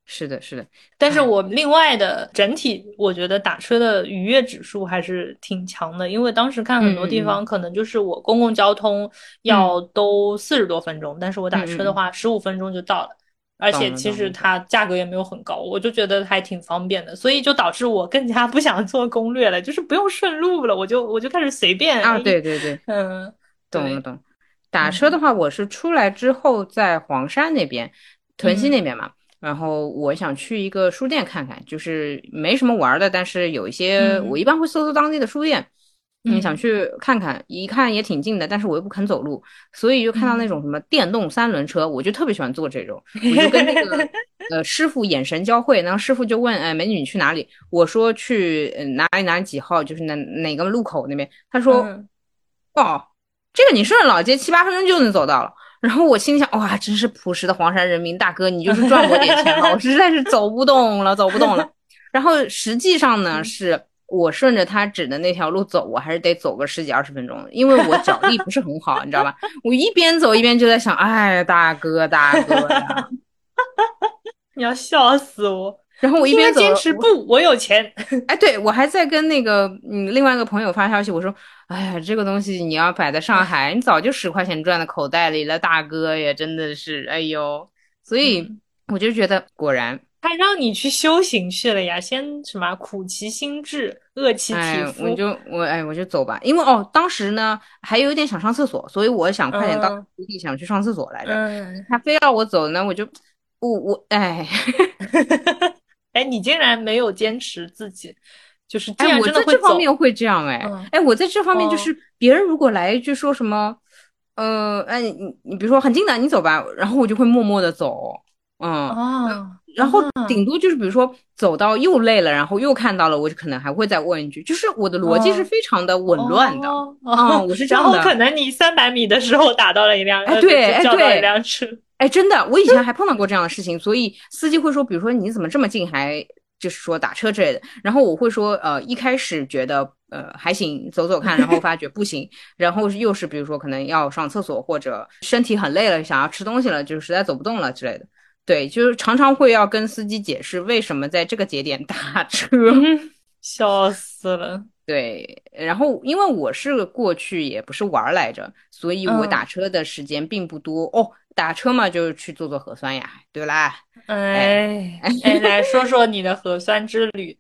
是的，是的， 但是哎， 我另外的整体，我觉得打车的愉悦指数还是挺强的，因为当时看很多地嗯嗯方可能就是我公共交通嗯要都40多分钟，但是我打嗯嗯嗯， 车的话15分钟就到了，而且懂了其实懂了懂了。 它价格也没有很高，我就觉得还挺方便的，所以就导致我更加不想做攻略了，就是不用顺路了，我就开始随便， 啊， 哎， 对对对， 对， 懂了懂。打车的嗯话，我是出来之后在黄山那边、屯溪那嗯边嘛，然后我想去一个书店看看，就是没什么玩儿的，但是有一些我一嗯般会搜当地的书店，想嗯去看看，一看也挺近的，但是我又不肯走路，所以就看到那种嗯， 什么电动三轮车，我就特别喜欢坐这种，我就跟那个师傅眼神交汇，然后师傅就问，美女你去哪里？我说去哪里几号，就是哪个路口那边，他说。 嗯。 哦，这个你顺着老街7、8分钟就能走到了。然后我心里想，哇，真是朴实的黄山人民大哥，你就是赚我点钱吧，我实在是走不动了，走不动了。然后实际上呢， 嗯是我顺着他指的那条路走，我还是得走个10几20分钟，因为我脚力不是很好，你知道吧？我一边走一边就在想，哎，大哥大哥呀。 你要笑死我！ 然后我一你应该边走， 坚持不，我有钱。 哎，对，我还在跟那个另外一个朋友发消息，我说，哎呀，这个东西你要摆在上海，你早就10块钱赚在口袋里了，大哥呀，真的是，哎呦，所以嗯， 我就觉得果然， 他让你去修行去了呀，先什么苦其心志，饿其哎， 体肤。 我就走吧，因为当时呢还有一点想上厕所，所以我想快点到嗯目的地，想去上厕所来着。 嗯， 他非要我走呢，我就我哎。 哎，你竟然没有坚持自己，就是哎， 竟然真的我在这方会走。 面会这样嗯我在这方面就哦是别人如果来一句说什么，哎，你比如说很近的，你走吧，然后我就会默默的走，嗯， 哦然后啊顶多就是比如说走到又累了，然后又看到了，我就可能还会再问一句，就是我的逻辑是哦非常的紊乱的， 哦哦， 我是这然后可样的， 能你300米的时候打到了一辆， 哎，对，哎， 就叫到一对， 辆车。 哎，真的，我以前还碰到过这样的事情，所以司机会说，比如说你怎么这么近还就是说打车之类的，然后我会说，一开始觉得还行，走走看，然后发觉不行，然后又是比如说可能要上厕所或者身体很累了，想要吃东西了，就是实在走不动了之类的，对，就是常常会要跟司机解释为什么在这个节点打车。 嗯，笑死了。 对，然后因为我是过去也不是玩儿来着，所以我打嗯， 车的时间并不多哦。打车嘛，就是去做做核酸呀，对啦。哎， 哎哎，来说说你的核酸之旅。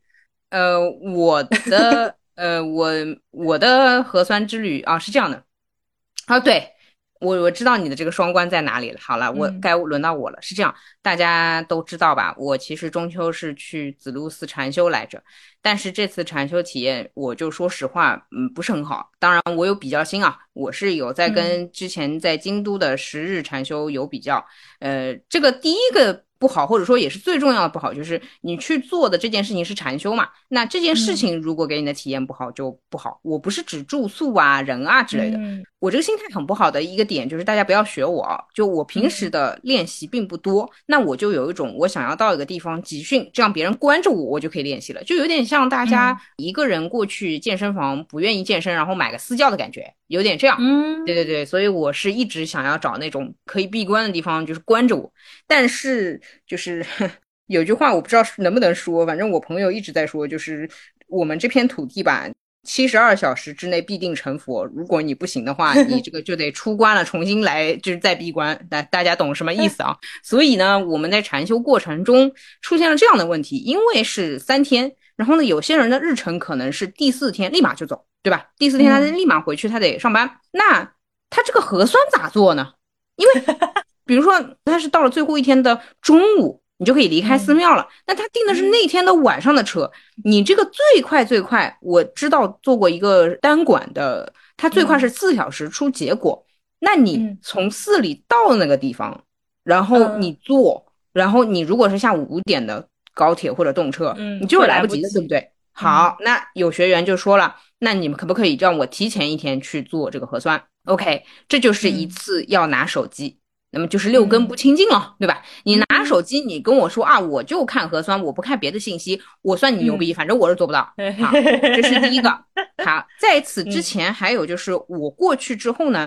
我的核酸之旅啊是这样的啊，对，我知道你的这个双关在哪里了。好了，我嗯该轮到我了。是这样，大家都知道吧？我其实中秋是去紫露寺禅修来着，但是这次禅修体验，我就说实话，不是很好。当然，我有比较心啊，我是有在嗯跟之前在京都的10日禅修有比较。这个第一个不好，或者说也是最重要的不好，就是你去做的这件事情是禅修嘛，那这件事嗯情如果给你的体验不好就不好。我不是指住宿啊、人啊之类的。 嗯我这个心态很不好的一个点就是大家不要学我啊，就我平时嗯的练习并不多，那我就有一种我想要到一个地方集训，这样别人关着我，我就可以练习了，就有点像大家嗯一个人过去健身房不愿意健身，然后买个私教的感觉，有点这样。对嗯， 对对，所以我是一直想要找那种可以闭关的地方，就是关着我。但是就是有句话我不知道能不能说，反正我朋友一直在说，就是我们这片土地吧，72小时之内必定成佛。如果你不行的话，你这个就得出关了，重新来，就是再闭关。大家懂什么意思啊？所以呢，我们在禅修过程中出现了这样的问题，因为是3天，然后呢，有些人的日程可能是第4天立马就走，对吧？第4天他嗯立马回去，他得上班，那他这个核酸咋做呢？因为比如说他是到了最后一天的中午，你就可以离开寺嗯庙了。那他订的是嗯那天的晚上的车，你这个最快最快，我知道做过一个单管的，它最快是嗯 4小时出结果。那你嗯从寺里到那个地方，然后你嗯坐，然后你如果是下午5点的高铁或者动车，你嗯， 就是会来不及的，对不来不及。 对？ 嗯好，那有学员就说了，那你们可不可以让我提前一天去做这个核酸？OK，这就是一嗯次要拿手机。那么就是六根不嗯清净了，对吧？你拿嗯手机，你跟我说啊，我就看核酸，我不看别的信息，我算你牛逼， 嗯， 反正我是做不到。好，这是第一个。好，在此之嗯前还有就是我过去之后呢，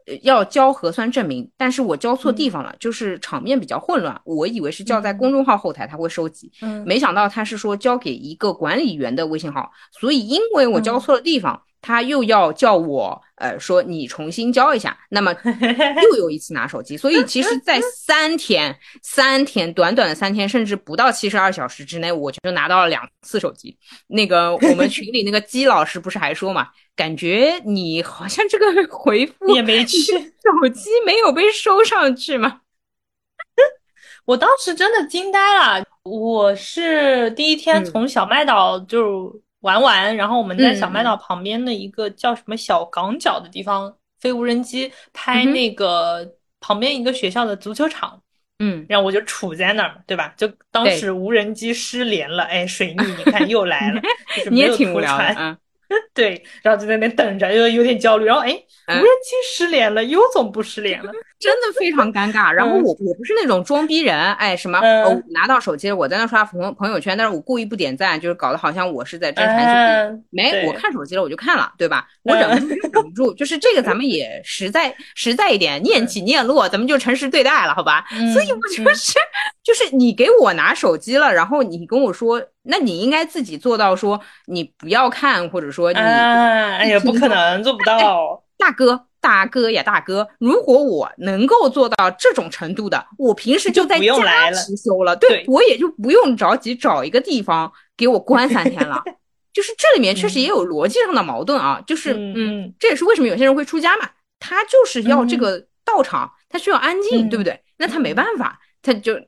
要交核酸证明，但是我交错地方了，就是场面比较混乱。我以为是交在公众号后台他会收集，没想到他是说交给一个管理员的微信号，所以因为我交错了地方，他又要叫我说你重新交一下，那么又有一次拿手机，所以其实在3天短短的3天，甚至不到72小时之内，我就拿到了2次手机。那个我们群里那个姬老师不是还说嘛，感觉你好像这个回复也没去， 手机没有被收上去吗？ 我当时真的惊呆了。我是第一天从小麦岛就玩完，然后我们在小麦岛旁边的一个叫什么小港角的地方飞无人机拍那个旁边一个学校的足球场。然后我就杵在那儿，对吧？就当时无人机失联了，哎，水逆你看又来了，就是没有图传。对，然后就在那边等着，又有点焦虑。然后哎，无人机失联了，又总不失联了， 真的非常尴尬。然后我不是那种装逼人，哎，什么拿到手机我在那刷朋友圈，但是我故意不点赞，就是搞得好像我是在真传速没，我看手机了我就看了，对吧？我忍不住，就是这个咱们也实在一点，念起念落，咱们就诚实对待了，好吧？所以我就是你给我拿手机了，然后你跟我说，那你应该自己做到说你不要看，或者说你哎呀，不可能做不到。 大哥呀，大哥！如果我能够做到这种程度的，我平时就在家直修了，对，我也就不用着急找一个地方给我关3天了。就是这里面确实也有逻辑上的矛盾啊，就是这也是为什么有些人会出家嘛，他就是要这个道场，他需要安静，对不对？那他没办法。他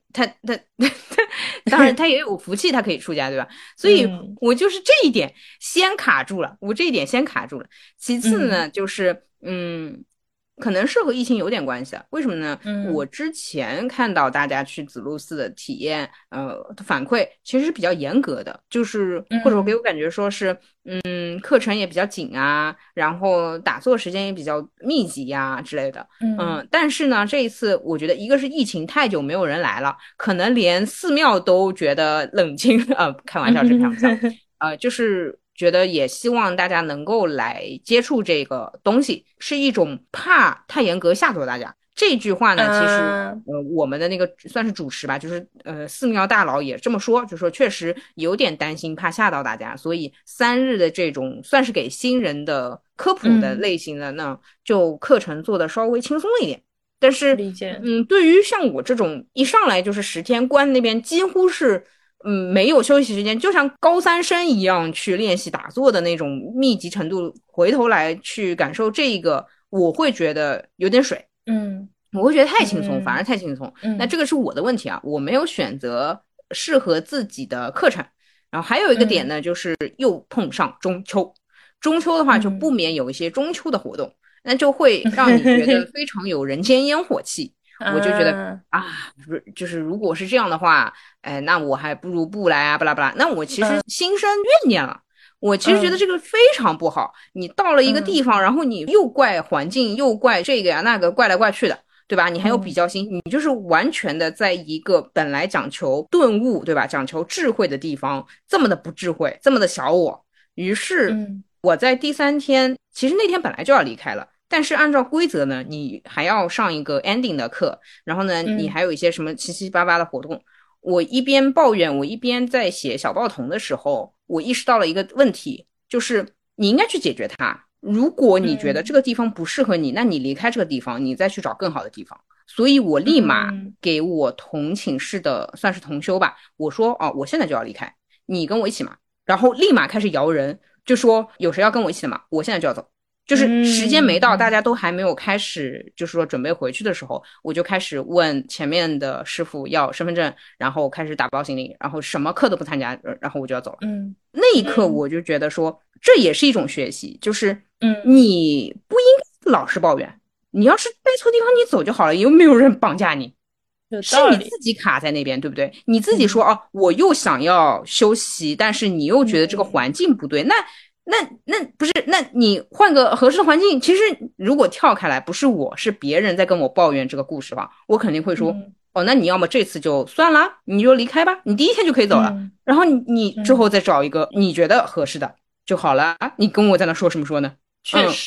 当然他也有福气，他可以出家，对吧？所以我就是这一点先卡住了，其次呢，就是可能是和疫情有点关系啊。为什么呢？我之前看到大家去紫路寺的体验，反馈其实是比较严格的，就是或者给我感觉说是，课程也比较紧啊，然后打坐时间也比较密集呀之类的。但是呢，这一次我觉得一个是疫情太久没有人来了，可能连寺庙都觉得冷清，开玩笑，这开玩笑，就是觉得也希望大家能够来接触这个东西，是一种怕太严格吓走大家。这句话呢，其实我们的那个算是主持吧，就是寺庙大佬也这么说，就说确实有点担心，怕吓到大家，所以3日的这种算是给新人的科普的类型的呢，就课程做的稍微轻松一点。但是对于像我这种一上来就是10天关那边几乎是没有休息时间，就像高3生一样去练习打坐的那种密集程度，回头来去感受这个，我会觉得有点水。我会觉得太轻松，反而太轻松。那这个是我的问题啊，我没有选择适合自己的课程。然后还有一个点呢，就是又碰上中秋，中秋的话就不免有一些中秋的活动，那就会让你觉得非常有人间烟火气。我就觉得就是如果是这样的话，那我还不如不来啊，巴拉巴拉。那我其实心生怨念了。我其实觉得这个非常不好。你到了一个地方，然后你又怪环境，又怪这个呀那个，怪来怪去的，对吧？你还有比较心，你就是完全的在一个本来讲求顿悟，对吧？讲求智慧的地方，这么的不智慧，这么的小我。于是我在第3天，其实那天本来就要离开了。但是按照规则呢，你还要上一个 ending 的课，然后呢，你还有一些什么七七八八的活动。我一边抱怨，我一边在写小报童的时候，我意识到了一个问题，就是你应该去解决它。如果你觉得这个地方不适合你，那你离开这个地方，你再去找更好的地方。所以我立马给我同寝室的算是同修吧，我说我现在就要离开，你跟我一起嘛。然后立马开始摇人，就说有谁要跟我一起的嘛，我现在就要走。就是时间没到，大家都还没有开始，就是说准备回去的时候，我就开始问前面的师傅要身份证，然后开始打包行李，然后什么课都不参加，然后我就要走了。那一刻我就觉得说，这也是一种学习，就是你不应该老是抱怨，你要是在错地方你走就好了，又没有人绑架你，是你自己卡在那边，对不对？你自己说我又想要休息，但是你又觉得这个环境不对，那不是，那你换个合适的环境，其实如果跳开来，不是我，是别人在跟我抱怨这个故事吧，我肯定会说，那你要么这次就算了，你就离开吧，你第一天就可以走了，然后你之后再找一个你觉得合适的就好了。你跟我在那说什么说呢？ 确实，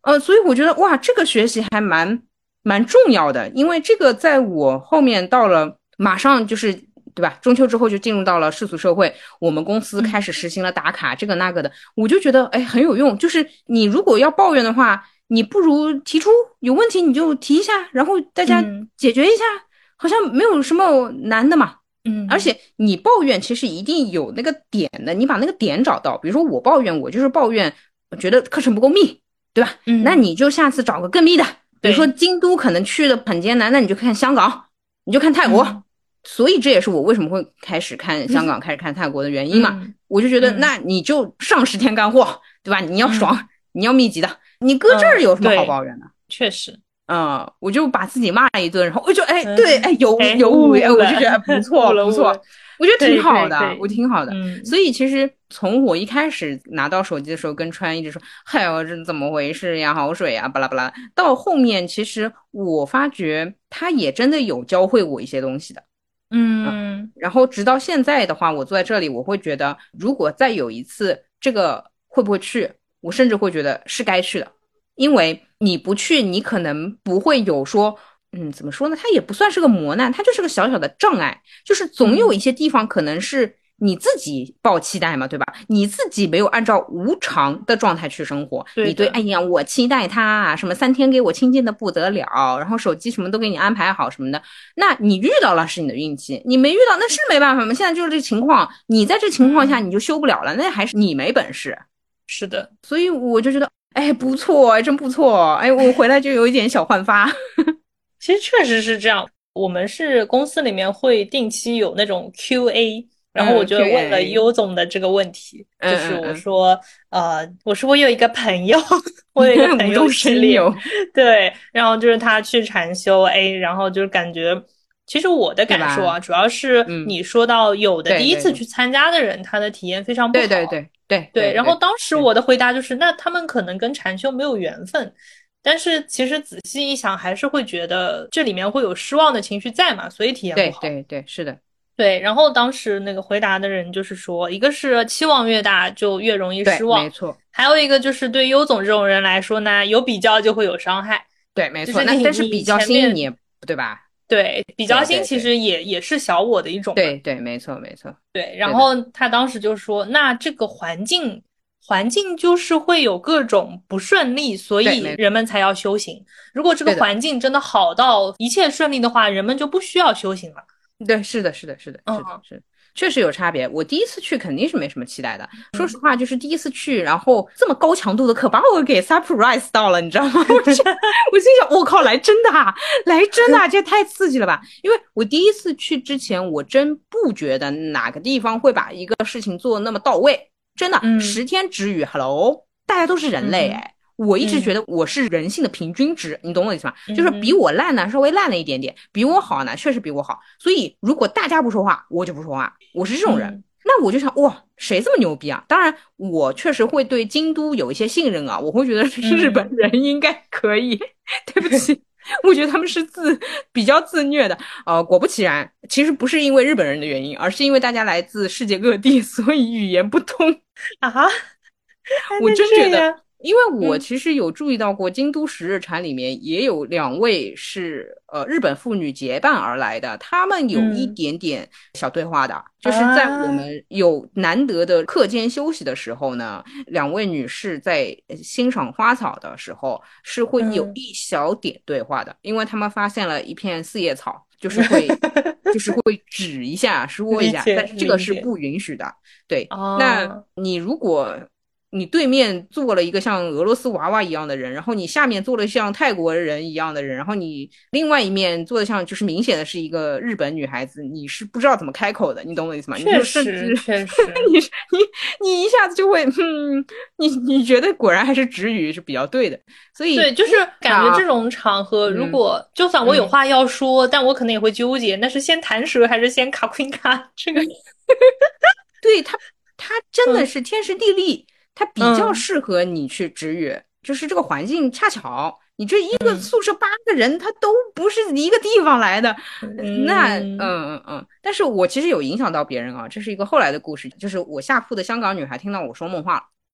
所以我觉得哇，这个学习还蛮重要的，因为这个在我后面到了马上就是对吧？中秋之后就进入到了世俗社会，我们公司开始实行了打卡这个那个的，我就觉得哎很有用。就是你如果要抱怨的话，你不如提出有问题你就提一下，然后大家嗯解决一下，好像没有什么难的嘛。而嗯且你抱怨其实一定有那个点的，你把那个点找到。比如说我抱怨，我就是抱怨，我觉得课程不够密，对吧？那嗯， 你就下次找个更密的，比如说对， 京都可能去的很艰难，那你就看香港，你就看泰国。 嗯所以这也是我为什么会开始看香港、开始看泰国的原因嘛。 嗯我就觉得， 嗯那你就上10天干货，对吧？你要爽， 嗯你要密集的，你搁这儿有什么好对， 抱怨的？ 确实， 我就把自己骂了一顿，然后我就哎， 嗯， 对，哎，有哎， 有悟，哎， 悟了， 我就觉得哎不悟错不错， 了悟了， 我觉得挺可以可好的， 以可以， 我挺好的。所嗯以其实从我一开始拿到手机的时候，跟川一直说，嗨呦，这怎么回事呀？好水呀，巴拉巴拉。到后面其实我发觉他也真的有教会我一些东西的。 嗯然后直到现在的话，我坐在这里，我会觉得，如果再有一次，这个会不会去？我甚至会觉得是该去的，因为你不去，你可能不会有说，怎么说呢？它也不算是个磨难，它就是个小小的障碍，就是总有一嗯， 些地方可能是你自己抱期待嘛，对吧？你自己没有按照无常的状态去生活，你对， 对的， 哎呀，我期待他啊，什么3天给我清静的不得了，然后手机什么都给你安排好什么的。那你遇到了是你的运气，你没遇到那是没办法嘛。现在就是这情况，你在这情况下你嗯， 就修不了了，那还是你没本事。 是的。 所以我就觉得，哎，不错，真不错。哎，我回来就有一点小焕发。 其实确实是这样，我们是公司里面会定期有那种 QA，然后我就问了 QA， 优总的这个问题，就是嗯嗯我说我有一个朋友，我有一个嗯， 朋友无中系列， 生有， 对，然后就是他去禅修 A，然后就是感觉，其实我的对吧？ 感受啊，主要是嗯， 你说到有的第一对对对次去参加的人，他的体验非常不好， 对对对对对，然后对对当时对我的回答就是，那他们可能跟禅修没有缘分。但是其实仔细一想，还是会觉得这里面会有失望的情绪在嘛，所以体验不好。 对对对，是的， 对，然后当时那个回答的人就是说，一个是期望越大就越容易失对， 望， 没错， 还有一个就是对优总这种人来说呢，有比较就会有伤害， 对，没错。 就是那但是比你你较心你前面也对吧？ 对比较心其对对对实也是小我的一种嘛。 对对，没错没错， 对，然对的， 后他当时就说，那这个环境就是会有各种不顺利，所对， 以人们才要修行。如果这个对的。 环境真的好到一切顺利的话，人们就不需要修行了。 对，是的，是的，是的，是的， 嗯是的，确实有差别。我第一次去肯定是没什么期待的，说实嗯话，就是第一次去，然后这么高强度的课把我给 surprise 到了，你知道吗？我心想，我靠，来真的啊，来真的啊，这也太刺激了吧！因为我第一次去之前，我真不觉得哪个地方会把一个事情做得那么到位，真的， 嗯 10天止语，hello，大家都是人类， 嗯哎。我一直觉嗯得我是人性的平均值，你懂我意思吗？就是比嗯我烂呢，稍微烂了一点点，比我好呢，确实比我好。所以如果大家不说话，我就不说话，我是这种人。 嗯那我就想，哇，谁这么牛逼啊？当然，我确实会对京都有一些信任啊，我会觉得日本嗯人应该可以。对不起，我觉得他们是比较自虐的。果不其然，其实不是因为日本人的原因，而是因为大家来自世界各地，所以语言不通。 啊，还我能真觉得， 这样？ 因为我嗯其实有注意到过，京都十日禅里面也有2位是日本妇女结伴而来的，她们有一嗯点点小对话的，就是在我啊们有难得的课间休息的时候呢，2位女士在欣赏花草的时候是会有嗯， 一小点对话的，因为她们发现了一片四叶草。就是会指一下说一下， 理解但是这个理解是不允许的。对，那啊， 你如果你对面坐了一个像俄罗斯娃娃一样的人，然后你下面坐了像泰国人一样的人，然后你另外一面坐的像就是明显的是一个日本女孩子，你是不知道怎么开口的，你懂我意思吗？你确就甚至实确实。 你一下子就会，你觉得果然还是直语是比较对的，所以对，就是感觉这种场合，如嗯果就算我有嗯， 话要说，但我可能也会纠结，那是先弹舌还是先卡 queen 卡？这个， 对他真的嗯是天时地利，他比较嗯适合你去直语，就是这个环境恰巧，你这一个嗯宿舍8个人，他都不是一个地方来的，那嗯但是我其实有影响到别人啊，这是一个后来的故事，就是我下铺的香港女孩听到我说梦话了。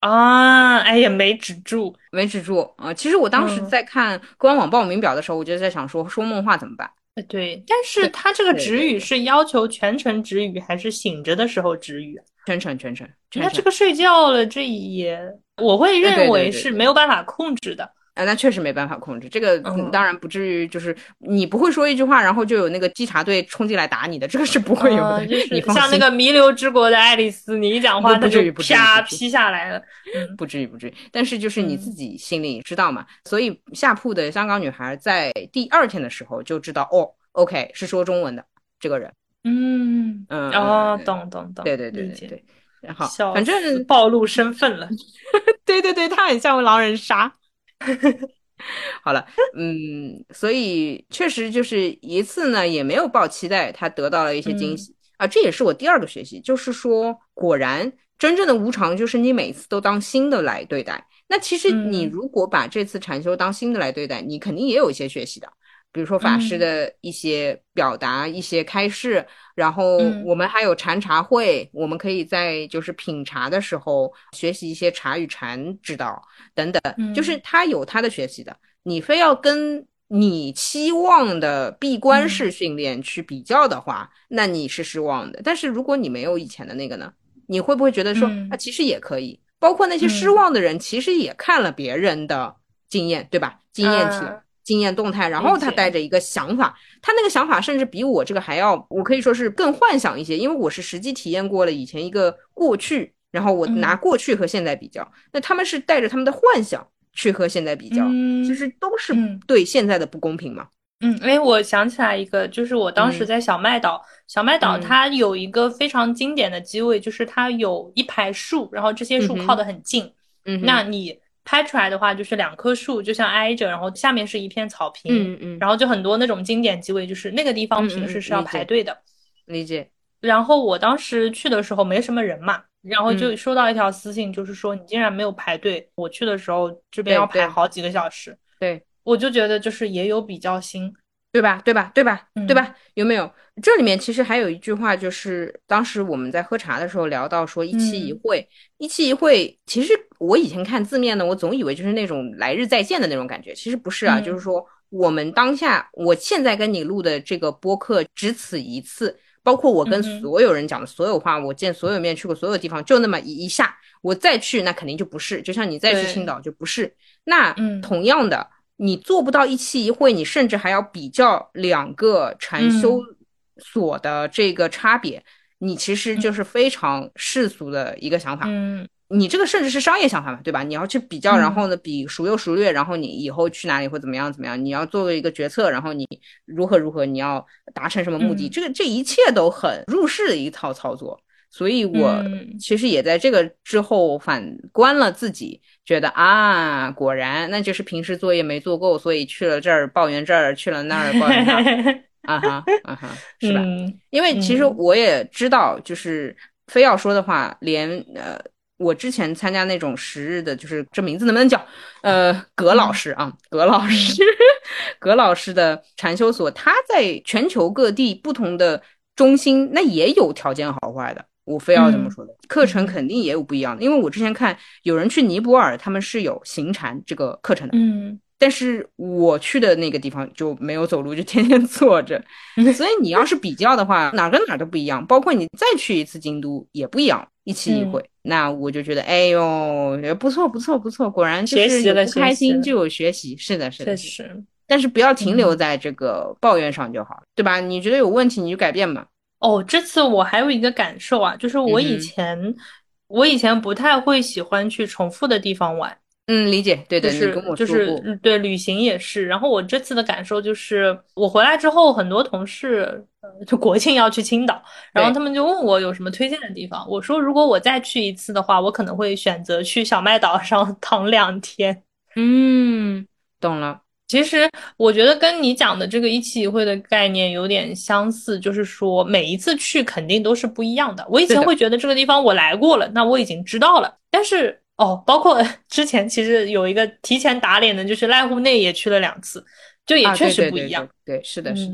啊，哎呀，没止住。 没止住啊、其实我当时嗯， 在看官网报名表的时候，我就在想说梦话怎么办？ 对，但是对他这个止语对对对， 是要求全程止语还是醒着的时候止语啊？ 全程全程全程， 那这个睡觉了，这也我会对对对认为是没对对。 有办法控制的。 那确实没办法控制，这个嗯当然不至于，就是你不会说一句话，然后就有那个稽查队冲进来打你的，这个是不会有的， 就是你放心， 像那个弥留之国的爱丽丝，你一讲话，他就不至于，不至于，不至于， 啪劈下来了。嗯不至于，不至于。但是就是你自嗯己心里知道嘛，所以下铺的香港女孩在第二天的时候就知道，哦，OK 是说中文的这个人， 嗯， 嗯嗯哦， 嗯， 懂懂懂， 对对对理解。 对对。然后反正笑死，暴露身份了。 对对对，他很像狼人杀。好了，所以确实就是一次呢，也没有抱期待，他得到了一些惊嗯喜啊，这也是我第二个学习，就是说，果然真正的无常就是你每次都当新的来对待。那其实你嗯如果把这次禅修当新的来对待，你肯定也有一些学习的，比如说法师嗯的一些表达、一些开示，然后嗯我们还有禅茶会，我们可以在就是品茶的时候学习一些茶与禅之道。等等，就是嗯他有他的学习的，你非要跟你期望的闭关嗯式训练去比较的话，那你是失望的。但是如果你没有以前的那个呢，你会不会觉得说啊， 嗯其实也可以？包括那些失嗯望的人，其实也看了别人的经验，对吧？经验体。 啊， 经验动态，然后他带理解。 着一个想法，他那个想法甚至比我这个还要，我可以说是更幻想一些，因为我是实际体验过了以前一个过去，然后我拿嗯过去和现在比较，那他们是带着他们的幻想去和现在比较，其嗯实都是嗯对现在的不公平嘛。 哎，我想起来一个，就是我当时嗯在小麦岛，小麦岛嗯它有一个非常经典的机位，就是它有一排树，然后这些树靠嗯哼得很近， 嗯哼那你拍出来的话，就是两棵树就像挨着，然后下面是一片草坪， 嗯嗯然后就很多那种经典机位，就是那个地方平时是要理解排队的。 理解， 然后我当时去的时候没什么人嘛，然后嗯就收到一条私信，就是说你竟然没有排队，我去的时候这边要排对对好几个小时， 对。 我就觉得就是也有比较心。 对吧？对吧？对吧？对嗯吧？有没有？这里面其实还有一句话，就是当时我们在喝茶的时候聊到说一期一嗯会，一期一会。其实我以前看字面呢，我总以为就是那种来日再见的那种感觉，其实不是啊，就是嗯说我们当下，我现在跟你录的这个播客只此一次，包括我跟嗯哼所有人讲的所有话，我见所有面，去过所有地方，就那么一下，我再去那肯定就不是，就像你再去青对岛就不是。那嗯同样的。你做不到一期一会，你甚至还要比较两个禅修嗯所的这个差别，你其实嗯就是非常世俗的一个想法。 嗯你这个甚至是商业想法嘛，对吧？你要去比较，然后嗯呢，比孰优孰劣，然后你以后去哪里或怎么样怎么样，你要做一个决策，然后你如何如何，你要达成什么目的， 嗯这一切都很入世的一套操作。所以我嗯其实也在这个之后反观了自己，觉得啊，果然那就是平时作业没做够，所以去了这儿抱怨这儿，去了那儿抱怨那儿，啊哈啊哈，是吧？ 嗯因为其实嗯我也知道，就是非要说的话，连我之前参加那种10日的，就是这名字能不能叫？葛老嗯师啊，葛老嗯师，葛老师的禅修所，他在全球各地不同的中心，那也有条件好坏的。我非要这么嗯说的，课程肯定也有不一样的。因为我之前看有人去尼泊尔，他们是有行禅这个课程的， 嗯但是我去的那个地方就没有走路，就天天坐着。所以你要是比较的话，哪跟哪都不一样，包括你再去一次京都也不一样，一期一嗯， 会。那我就觉得，哎呦，不错不错不错，果然就学习了是有不学习了， 开心就有学习，是的，是的，是的。 确实。 但是不要停留嗯。 在这个抱怨上就好了，对吧？你觉得有问题你就改变嘛。 哦，这次我还有一个感受啊，就是我以嗯哼， 前我以前不太会喜欢去重复的地方玩， 嗯，理解，对就的，你跟我是就说过， 是对旅行也是。然后我这次的感受就是，我回来之后，很多同事就国庆要去青岛，然后他对， 们就问我有什么推荐的地方。我说如果我再去一次的话，我可能会选择去小麦岛上躺2天。 嗯，懂了， 其实我觉得跟你讲的这个一期一会的概念有点相似，就是说每一次去肯定都是不一样的。我以对的， 前会觉得这个地方我来过了，那我已经知道了。但是包括之前其实有一个提前打脸的，就是濑户内也去了2次，就也啊， 确对实不一样。 对对对对，是的，是的。 嗯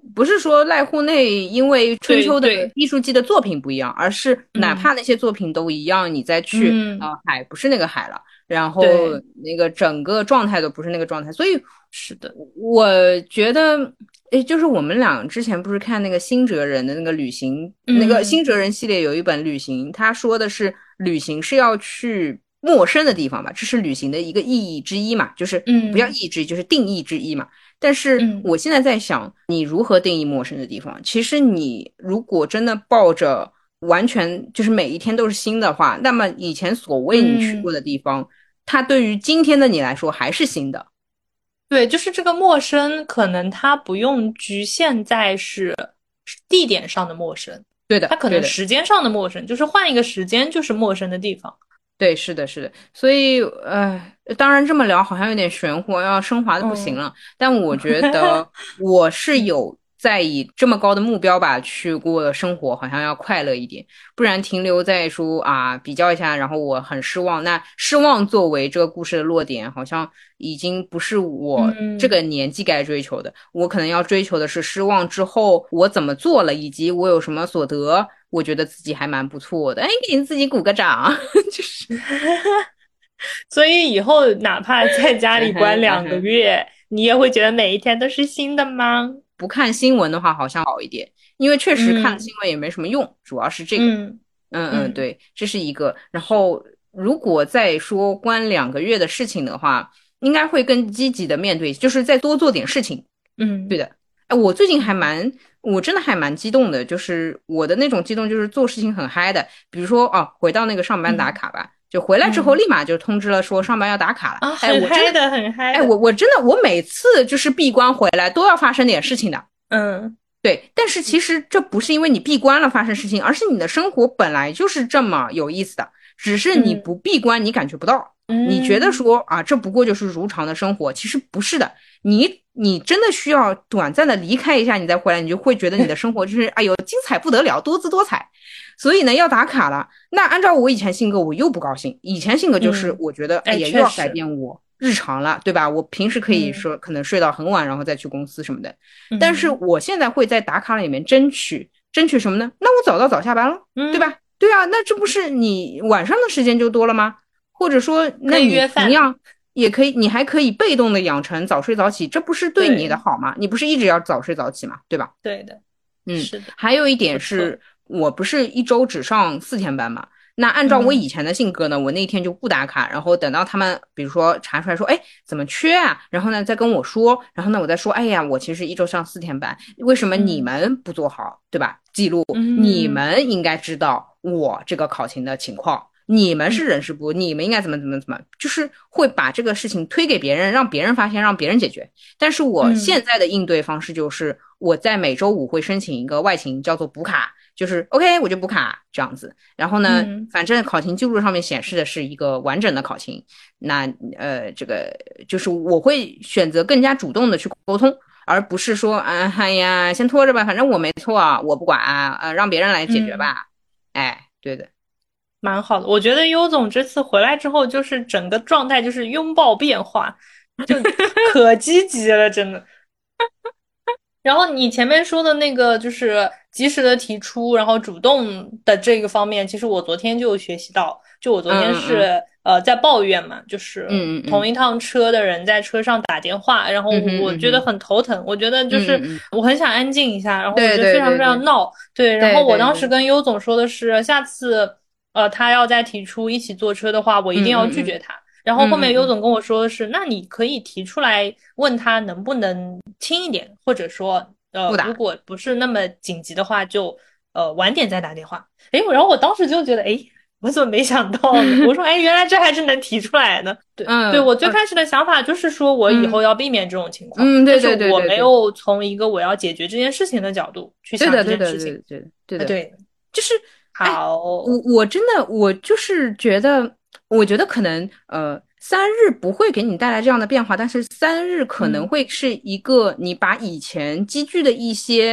不是说濑户内因为春秋的对对， 艺术季的作品不一样，而是哪嗯怕那些作品都一样，你再去嗯， 海不是那个海了，然后对， 那个整个状态都不是那个状态，所以是的， 我觉得，诶，就是我们俩之前不是看那个新哲人的那个旅行，那个嗯新哲人系列有一本旅行，他说的是旅行是要去陌生的地方吧，这是旅行的一个意义之一嘛，就是不叫意嗯义之一，就是定义之一嘛。但是嗯我现在在想，你如何定义陌生的地方？其实你如果真的抱着完全就是每一天都是新的话，那么以前所谓你去过嗯。 的地方，它对于今天的你来说还是新的。 对，就是这个陌生，可能它不用局限在是地点上的陌生， 对的， 它可对的。 能时间上的陌生，就是换一个时间就是陌生的地方。 对，是的，是的，所以，当然这么聊好像有点玄乎，要升华的不行嗯， 了。但我觉得我是有在以这么高的目标吧去过生活，好像要快乐一点，不然停留在说啊比较一下，然后我很失望。那失望作为这个故事的落点，好像已经不是我这个嗯， 年纪该追求的。我可能要追求的是失望之后我怎么做了，以及我有什么所得。我觉得自己还蛮不错的，哎，给你自己鼓个掌，就是。 所以以后哪怕在家里嗯哼关2个嗯哼， 月，你也会觉得每一天都是新的吗？ 不看新闻的话好像好一点，因为确实看了新嗯闻也没什么用，主要是这个。 嗯嗯， 对，这是一个。然是， 后如果再说关2个月的事情的话，应该会更积极的面对，就是再多做点事情。对嗯的，哎，我最近还嗯蛮，我真的还蛮激动的，就是我的那种激动，就是做事情很嗨的。比如说，哦，回到那个上班打嗯卡吧，就回来之后嗯立马就通知了说上班要打卡了。 啊， 哎，我真的， 很嗨的，很嗨哎， 的。 我真的，我每次就是闭关回来都要发生点事情的。 嗯对，但是其实这不是因为你闭关了发生事情，而是你的生活本来就是这么有意思的，只是你嗯不闭关，你感觉不到。你觉得嗯说啊，这不过就是如常的生活，其实不是的。你真的需要短暂的离开一下，你再回来，你就会觉得你的生活就是哎呦精彩不得了，多姿多彩。所以呢，要打卡了。那按照我以前性格，我又不高兴。以前性格就是嗯， 我觉得哎哎， 呀又要改确实， 变我日常了，对吧？我平时可以嗯说可能睡到很晚，然后再去公司什么的。但是嗯我现在会在打卡里面争取什么呢？那我早到早下班了，对嗯， 吧？对啊，那这不是你晚上的时间就多了吗？或者说， 可以那你约饭， 同样也可以，你还可以被动的养成早睡早起，这不是对你的对好吗？你不是一直要早睡早起吗？对吧？ 对的， 嗯， 是的， 还有一不错， 点是我不是一周只上4天班嘛？那按照我嗯以前的性格呢，我那天就不打卡，然后等到他们比如说查出来说，哎，怎么缺啊？然后呢再跟我说，然后呢我再说，哎呀，我其实一周上4天班，为什么你嗯们不做好，对吧？记录，你嗯们应该知道我这个考勤的情况。你们是人嗯事部，你们应该怎么，就是会把这个事情推给别人，让别人发现，让别人解决。但是我现嗯在的应对方式就是，我在每周五会申请一个外勤，叫做补卡，就是 OK 我就补卡这样子。然后呢， 嗯反正考勤记录上面显示的是一个完整的考勤，那这个就是我会选择更加主动的去沟通。而不是说，哎呀，先拖着吧，反正我没错啊，我不管啊，让别人来解决嗯， 吧。哎，对的。 蛮好的。我觉得优总这次回来之后，就是整个状态就是拥抱变化，就可积极了，真的。然后你前面说的那个就是及时的提出，然后主动的这个方面，其实我昨天就有学习到。就我昨天嗯是在抱怨嘛，就是同一嗯嗯嗯趟车的人在车上打电话，然后嗯哼我觉得嗯哼很头疼。我觉得就是嗯嗯嗯， 我很想安静一下，然后我对觉得非常非常对对对闹。对，然后对我当时对对， 跟优总说的是，下次他要再提出一起坐车的话，我一定要拒绝他。然后后面优嗯总跟我说的是，那你可以提出来问他能不能轻一点，或者说如不打， 果不是那么紧急的话，就晚点再打电话。诶，然后我当时就觉得，诶，我怎么没想到呢？我说，哎，原来这还是能提出来的。对，对， 嗯我最开始的想法就是说我以后嗯要避免这种情况， 嗯， 但是对对对我没对对有从一个我要解决这件事情的角度去想对的对的这件事情。 对的对的对的， 对， 就是哎， 好， 我真的我就是觉得，我觉得可能3日不会给你带来这样的变化，但是3日可能嗯会是一个你把以前积聚的一些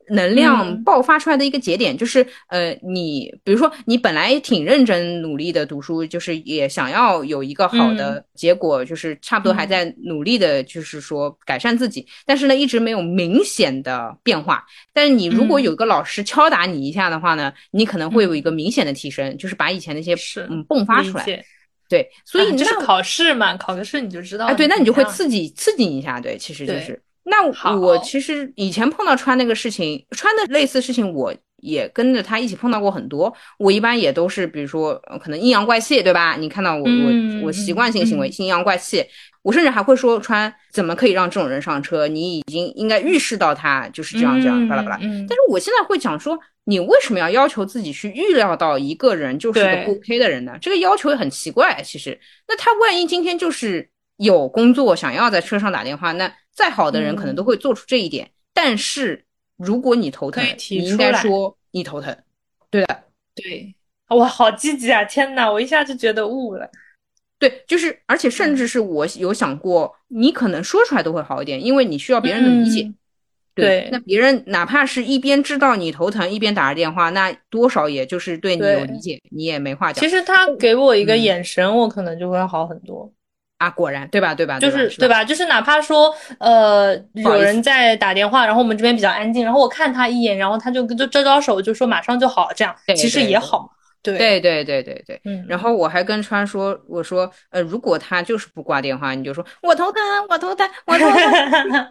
能量爆发出来的一个节点，就是你比如说你本来挺认真努力的读书，就是也想要有一个好的结果，就是差不多还在努力的，就是说改善自己，但是呢一直没有明显的变化。但是你如果有一个老师敲打你一下的话呢，你可能会有一个明显的提升，就是把以前那些迸发出来。对，所以就是考试嘛，考个试你就知道。 对，那你就会刺激你一下，对，其实就是。那我其实以前碰到川那个事情，川的类似事情，我也跟着他一起碰到过很多。我一般也都是，比如说可能阴阳怪气，对吧？你看到我习惯性行为阴阳怪气，我甚至还会说川怎么可以让这种人上车？你已经应该预示到他就是这样巴拉巴拉。但是我现在会讲说，你为什么要求自己去预料到一个人就是个不 OK 的人呢？这个要求也很奇怪。其实，那他万一今天就是有工作想要在车上打电话，那再好的人可能都会做出这一点。但是如果你头疼，你应该说你头疼。对的， 对，哇，好积极啊！天哪，我一下就觉得悟了。 对，就是而且甚至是我有想过，你可能说出来都会好一点，因为你需要别人的理解。对，那别人哪怕是一边知道你头疼一边打着电话，那多少也就是对你有理解，你也没话讲。 其实他给我一个眼神，我可能就会好很多。 啊，果然，对吧？ 就是对吧？就是哪怕说，有人在打电话，然后我们这边比较安静，然后我看他一眼，然后他就招招手，就说马上就好，这样其实也好。对， 然后我还跟川说，我说，如果他就是不挂电话，你就说我头疼，我头疼，我头疼，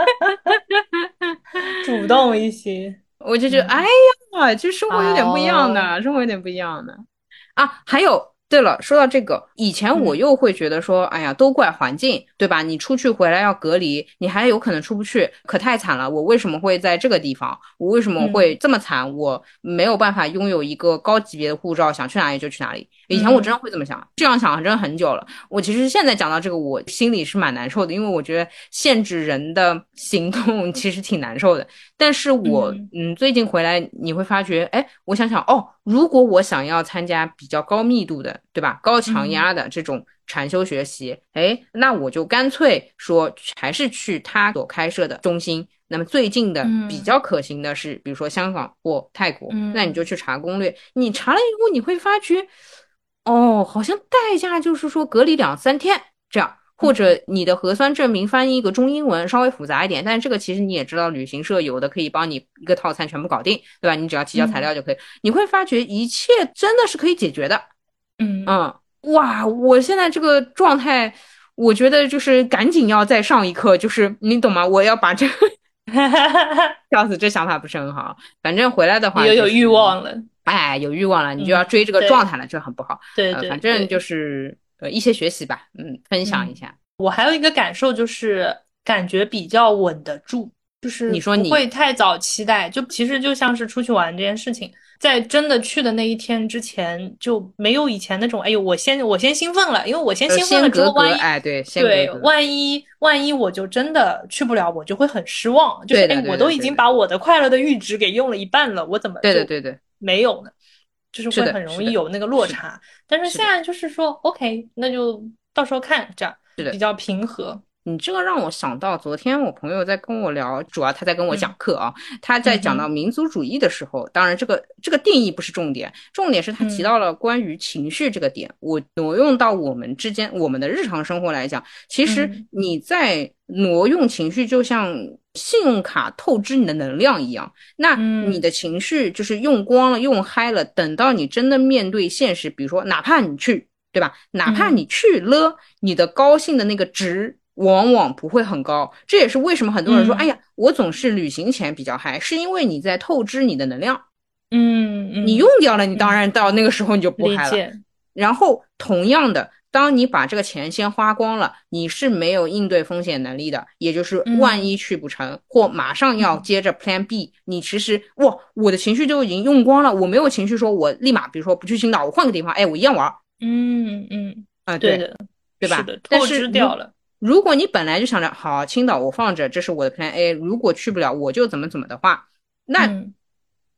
主动一些。 我就觉得，哎呀，就生活有点不一样的，生活有点不一样的啊，还有。对了，说到这个，以前我又会觉得说，哎呀，都怪环境，对吧？你出去回来要隔离，你还有可能出不去，可太惨了。我为什么会在这个地方？我为什么会这么惨？我没有办法拥有一个高级别的护照，想去哪里就去哪里。以前我真的会这么想，这样想真的很久了。我其实现在讲到这个，我心里是蛮难受的，因为我觉得限制人的行动其实挺难受的。但是我最近回来，你会发觉，哎，我想想，哦，如果我想要参加比较高密度的，对吧？高强压的这种禅修学习，那我就干脆说还是去他所开设的中心。那么最近的比较可行的是，比如说香港或泰国，那你就去查攻略。你查了以后，你会发觉，哦，好像代价就是说隔离2-3天这样。或者你的核酸证明翻译一个中英文稍微复杂一点，但是这个其实你也知道，旅行社有的可以帮你一个套餐全部搞定，对吧？你只要提交材料就可以。你会发觉一切真的是可以解决的。哇，我现在这个状态，我觉得就是赶紧要再上一课，就是你懂吗？我要把这个笑死，这想法不是很好。反正回来的话、 有欲望了， 有欲望了，你就要追这个状态了，这很不好。 对， 反正就是一些学习吧，分享一下。 我还有一个感受就是感觉比较稳得住，就是你说不会太早期待，就其实就像是出去玩这件事情，在真的去的那一天之前就没有以前那种，哎呦，我先兴奋了，因为我先兴奋了之后，万一万一我就真的去不了，我就会很失望，就是我都已经把我的快乐的阈值给用了一半了，我怎么就没有呢？就是会很容易有那个落差。但是现在就是说 OK， 那就到时候看，这样比较平和。 你这个让我想到昨天我朋友在跟我聊，主要他在跟我讲课啊，他在讲到民族主义的时候，当然这个定义不是重点，重点是他提到了关于情绪这个点，我挪用到我们之间我们的日常生活来讲，其实你在挪用情绪就像信用卡透支你的能量一样，那你的情绪就是用光了用嗨了，等到你真的面对现实，比如说哪怕你去，对吧？哪怕你去了，你的高兴的那个值往往不会很高，这也是为什么很多人说，哎呀，我总是旅行前比较嗨，是因为你在透支你的能量。你用掉了，你当然到那个时候你就不嗨了。然后同样的，当你把这个钱先花光了，你是没有应对风险能力的，也就是万一去不成，或马上要接着 Plan B，你其实我的情绪就已经用光了，我没有情绪说我立马比如说不去青岛，我换个地方，我一样玩。 对的， 对吧？ 透支掉了。 如果你本来就想着好青岛我放着，这是我的 Plan A， 如果去不了我就怎么的话，那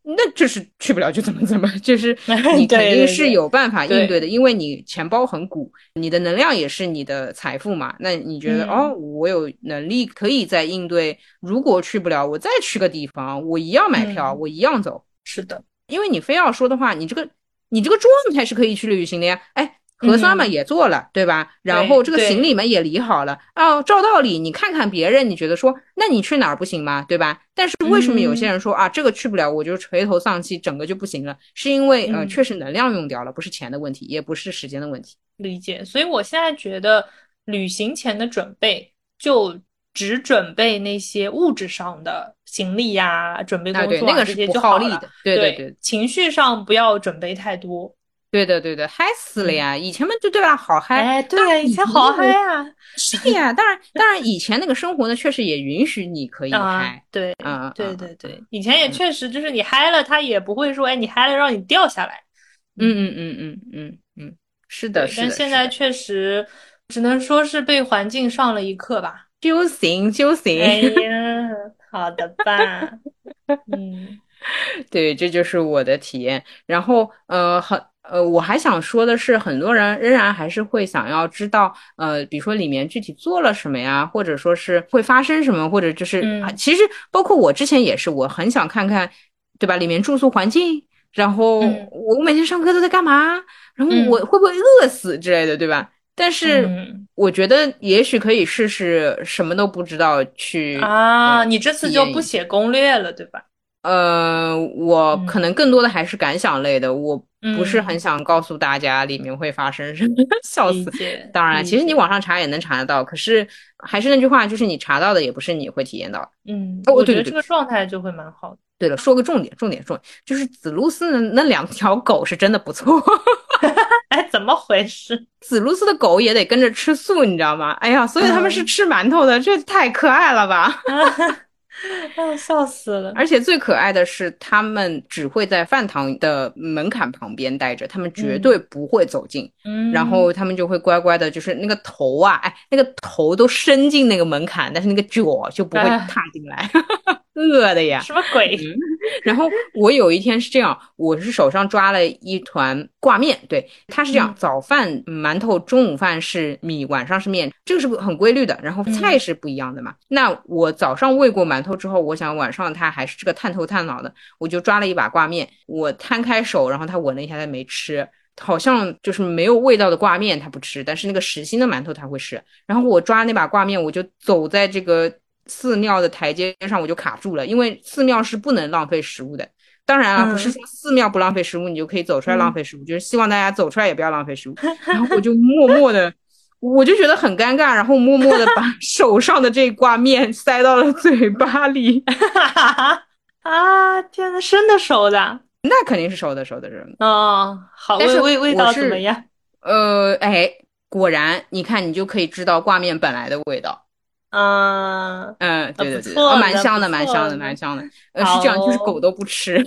那就是去不了就怎么，就是你肯对定是对对有办法应对的， 对， 因为你钱包很鼓，你的能量也是你的财富嘛。那你觉得哦， 嗯我有能力可以再应对，如果去不了，我再去个地方，我一样买票， 嗯， 我一样走。 是的， 因为你非要说的话，你这个状态是可以去旅行的呀。哎，核酸嘛嗯也做了，对吧？然后这个行对对， 李嘛也理好了。哦，照道理你看看别人，你觉得说，那你去哪儿不行吗？对吧？但是为什么有些嗯人说啊，这个去不了，我就垂头丧气，整个就不行了？是因为嗯。 确实能量用掉了，不是钱的问题，也不是时间的问题。 理解，所以我现在觉得旅行前的准备就只准备那些物质上的行李呀、准备啊，对， 工作啊这些那个是不就好了。 耗力的。对对对， 对。 情绪上不要准备太多。 对的，对的，嗨死了嗯， 呀！以前嘛，就对吧，好嗨。 哎，对呀，以当然以前好嗨前那个啊！ 是呀，当然，以前那个生活呢，确实也允许你可以啊， 嗨。 对嗯嗯嗯对对对，以前也嗯确实就是你嗨了，他也不会说，哎，你嗨了让你掉下来。嗯， 嗯嗯嗯嗯嗯嗯，是的， 对， 是的， 但现是的， 在确实只能说是被环境上了一课吧。 修行修行。 哎呀，好的吧，嗯。 对，这就是我的体验。然后我还想说的是，很多人仍然还是会想要知道，比如说里面具体做了什么呀，或者说是会发生什么，或者就是啊， 嗯其实包括我之前也是，我很想看看，对吧？里面住宿环境，然后嗯我每天上课都在干嘛，然后我嗯会不会饿死之类的，对吧？但是嗯我觉得也许可以试试什么都不知道去啊，你这次体就验一下。 不写攻略了，对吧？ 我可嗯能更多的还是感想类的，我不是很嗯， 想告诉大家里面会发生什么，笑死。 理解当然，其实你理解。 网上查也能查得到，可是还是那句话，就是你查到的也不是你会体验到的。 嗯， 哦， 我觉得对对对这个状态就会蛮好的。 对了，说个重点，就是紫露寺那两条狗是真的不错。 哎，怎么回事？ 紫露寺的狗也得跟着吃素，你知道吗？哎呀，所以他们是嗯吃馒头的，这太可爱了吧！ 啊，啊，笑死了。 而且最可爱的是，他们只会在饭堂的门槛旁边待着，他们绝对嗯不会走近。然嗯后他们就会乖乖的，就是那个头啊，哎，那个头都伸进那个门槛，但是那个脚就不会啊， 踏进来，饿的呀。 什么鬼？ 然后我有一天是这样，我是手上抓了一团挂面，对，它是这样， 嗯早饭馒头，中午饭是米，晚上是面，这个是很规律的。然后菜嗯是不一样的嘛。那我早上喂过馒头之后，我想晚上它还是这个探头探脑的，我就抓了一把挂面，我摊开手，然后他闻了一下，他没吃。好像就是没有味道的挂面他不吃，但是那个实心的馒头他会吃。然后我抓那把挂面，我就走在这个寺庙的台阶上，我就卡住了，因为寺庙是不能浪费食物的。当然啊，不是嗯说寺庙不浪费食物，你就可以走出来浪嗯， 费食物，就是希望大家走出来也不要浪费食物。然后我就默默的，我就觉得很尴尬，然后默默的把手上的这一挂面塞到了嘴巴里。 哈哈哈啊！天呐，生的熟的。 那肯定是熟的人， 哦，好， 但是味道怎么我是， 样？ 哎，果然，你看你就可以知道挂面本来的味道。 嗯， 嗯， 啊，不对的对的，啊， 错呢，不蛮香的，蛮香的，蛮错呢。 香的。是这样，就是狗好哦， 都不吃。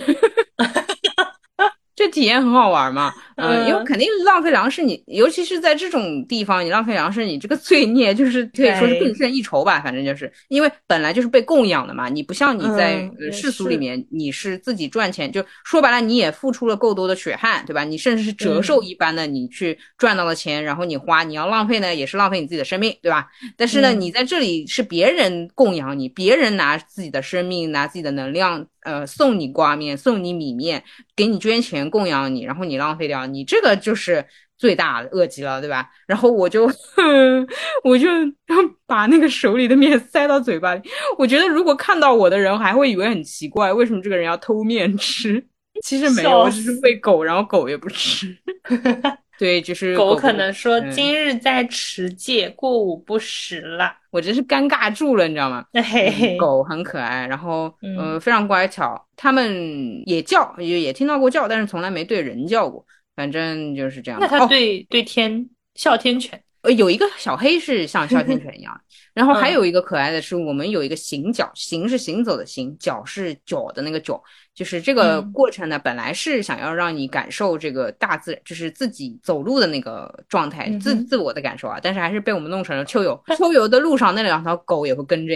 这体验很好玩嘛，因为嗯， 肯定浪费粮食你，尤其是在这种地方，你浪费粮食，你这个罪孽就是可以说是更哎， 胜一筹吧。反正就是因为本来就是被供养的嘛，你不像你在嗯，也世俗里是， 面，你是自己赚钱，就说白了你也付出了够多的血汗，对吧？你甚至是折寿嗯一般的，你去赚到了钱，然后你花，你要浪费呢，也是浪费你自己的生命，对吧？但是呢，你嗯在这里是别人供养你，别人拿自己的生命，拿自己的能量，送你挂面，送你米面，给你捐钱供养你，然后你浪费掉，你这个就是最大的恶极了，对吧？然后我就把那个手里的面塞到嘴巴里，我觉得如果看到我的人还会以为很奇怪，为什么这个人要偷面吃？其实没有，我只是笑死。 喂狗，然后狗也不吃。对，就是狗狗狗， 可能说嗯。 今日在持戒，过午不食了。 我真是尴尬住了，你知道吗？ 嘿嘿， 狗很可爱，然后嗯， 非常乖巧，它们也叫，也听到过叫，但是从来没对人叫过，反正就是这样那吧。哦， 它对哮天犬， 有一个小黑是像哮天犬一样，然后还有嗯一个可爱的是，我们有一个行脚，行是行走的行，脚是脚的那个脚，就是这个嗯过程呢，本来是想要让你感受这个大自然，就是自己走路的那个状态， 嗯哼， 自我的感受啊，但是还是被我们弄成了秋游。秋游的路上那两条狗也会跟着耶。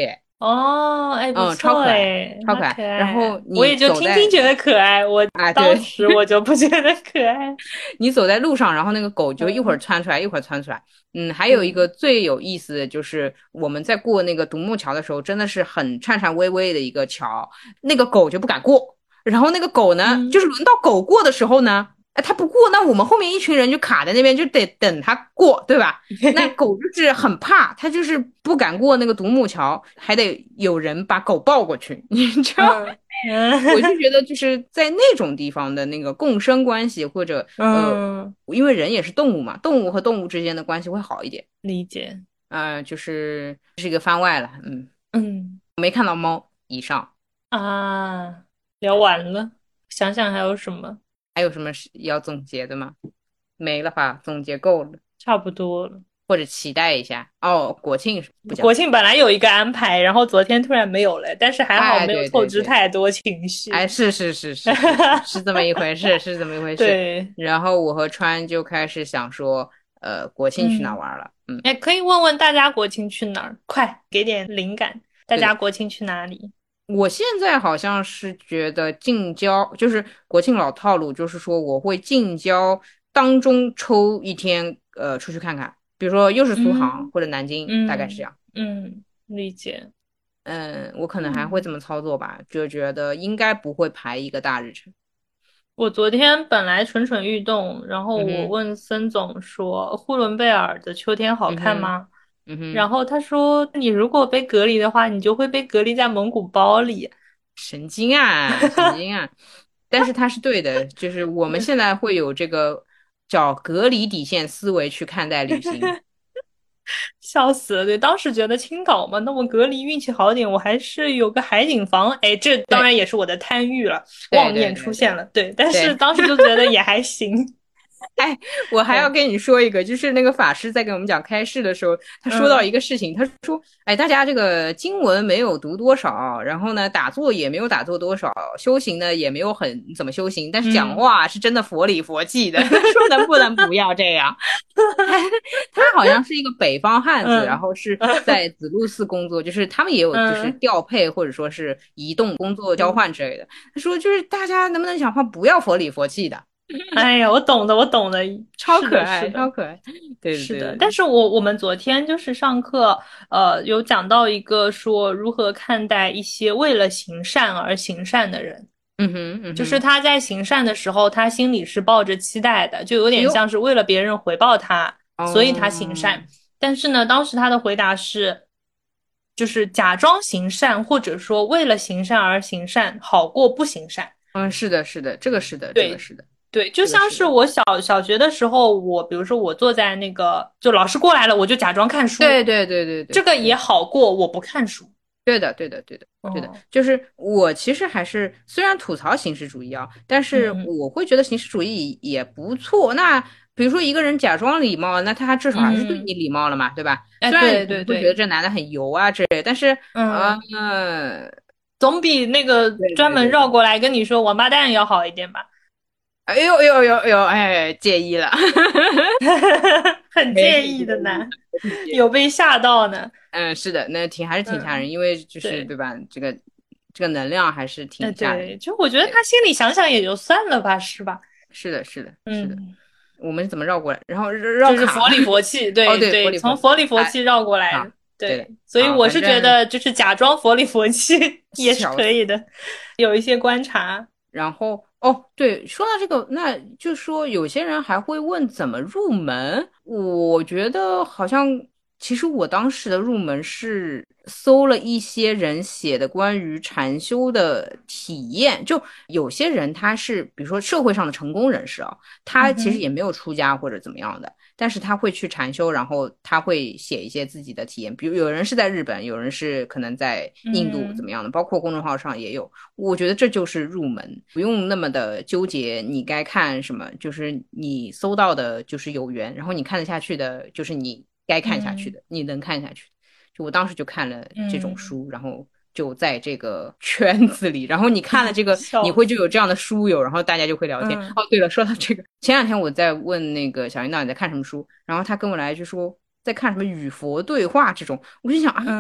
哦，哎，不超错可爱， 哎， 超可爱。 那可然后爱。我你也就走在听听觉得可爱，我啊， 当对， 时我就不觉得可爱。 你走在路上，然后那个狗就一会儿嗯窜出来，一会儿窜出来。还有一个嗯最有意思的就是我们在过那个独木桥的时候，真的是很颤颤巍巍的一个桥，那个狗就不敢过。然后那个狗呢，就嗯是轮到狗过的时候呢，它不过，那我们后面一群人就卡在那边，就得等它过，对吧？那狗就是很怕，它就是不敢过那个独木桥，还得有人把狗抱过去，你知道？ 嗯我就嗯觉得就是在那种地方的那个共生关系，或者嗯， 因为人也是动物嘛，动物和动物之间的关系会好一点。 理解。 就是是一个番外了。 嗯没看到猫。以上啊，聊完了，想想还有什么？ 还有什么是要总结的吗？没了吧，总结够了。 差不多了。 或者期待一下哦，国庆是不讲。 国庆本来有一个安排，然后昨天突然没有了，但是还好哎， 没有对对对， 透支太多情绪。 哎，是这么一回事，是这么一回事。 对， 然后我和川就开始想说，国庆去哪嗯， 玩了？ 哎，可以问问大家国庆去哪儿？快给点灵感，大对的。 家国庆去哪里？ 我现在好像是觉得近郊就是国庆老套路，就是说我会近郊当中抽一天，出去看看，比如说又是苏杭嗯或者南京，大概是这嗯样。 理解。 我可能还会这嗯， 么操作吧，就觉得应该不会排一个大日程。 我昨天本来蠢蠢欲动，然后我嗯哼， 问森总说，呼伦贝尔的秋天好嗯哼， 看吗？ 嗯哼， 然后他说，你如果被隔离的话，你就会被隔离在蒙古包里。 神经啊，神经啊！但是他是对的，就是我们现在会有这个叫隔离底线思维去看待旅行。 笑死了，对，当时觉得青岛嘛，那我隔离运气好点，我还是有个海景房，哎，这当对， 然也是我的贪欲了， 对妄对对对念出现了，对，但是对。 当时就觉得也还行。 哎，我还要对， 跟你说一个，就是那个法师在给我们讲开示的时候，他说到嗯一个事情，他说，哎，大家这个经文没有读多少，然后呢，打坐也没有打坐多少，修行呢也没有很怎么修行，但是讲嗯， 话是真的佛理佛气的。他说能不能不要这样？他好像是一个北方汉子，然嗯后是在紫路寺工作，就是他们也有就是嗯调配或者说是移动工作交嗯， 换之类的。他说就是大家能不能讲话不要佛理佛气的。 哎呀，我懂的，我懂的， 超是的，是可爱，超的。 可爱。对的， 是的， 对的。 但是我们昨天就是上课，有讲到一个说如何看待一些为了行善而行善的人。 嗯哼，嗯就是哼。 他在行善的时候，他心里是抱着期待的，就有哎呦， 点像是为了别人回报他，所以他行哦， 善。但是呢，当时他的回答是，就是假装行善，或者说为了行善而行善，好过不行善。 是的，是的，这个是的，这个对是的， 对，就这个是的。 像是我小学的时候，我比如说我坐在那个，就老师过来了，我就假装看书， 对对对对对这个也对好过我不看书。 对的，对的，对的，对的。 哦， 就是我其实还是虽然吐槽形式主义啊，但是嗯我会觉得形式主义也不错。那比如说一个人假装礼貌，那他至少还是对嗯， 你礼貌了嘛，对吧？ 哎， 虽然你对可能会觉得对对， 这男的很油啊之类的，但是嗯。 呃， 总比那个对专门对对对。 绕过来跟你说王八蛋要好一点吧？ 哎呦呦呦呦，哎，介意了。 很没事介意介意， 的呢， 没事介意。 有被吓到呢。 是的，那还是挺吓人， 嗯， 因为就是对， 对吧？这个能量还是挺吓人对， 的。 就我觉得对， 他心里想想也就算了吧，是吧？ 是的，是的，是的。 嗯， 我们怎么绕过来？然后绕卡了。 就是佛里佛气， 哦，对，佛对对， 里佛气。 从佛里佛哎， 气绕过来好， 的， 对的。 对，所以好， 我是觉反正得就是假装佛里佛气也是笑死。 可以的，有一些观察。 然后哦，对，说到这个，那就说有些人还会问怎么入门。我觉得好像，其实我当时的入门是搜了一些人写的关于禅修的体验。就有些人他是，比如说社会上的成功人士啊，他嗯哼， 其实也没有出家或者怎么样的，但是他会去禅修，然后他会写一些自己的体验。比如有人是在日本，有人是可能在印度怎嗯么样的，包括公众号上也有。我觉得这就是入门，不用那么的纠结你该看什么，就是你搜到的就是有缘，然后你看得下去的，就是你该看下去嗯的，你能看下去的。就我当时就看了这种嗯， 书，然后就在这个圈子里，然后你看了这个，你会就笑死。 有这样的书友，然后大家就会聊天。 嗯哦，对了，说到这个，前两天我在问那个小领导你在看什么书，然后他跟我来一句说在看什么与佛对话这种，我就想啊， 嗯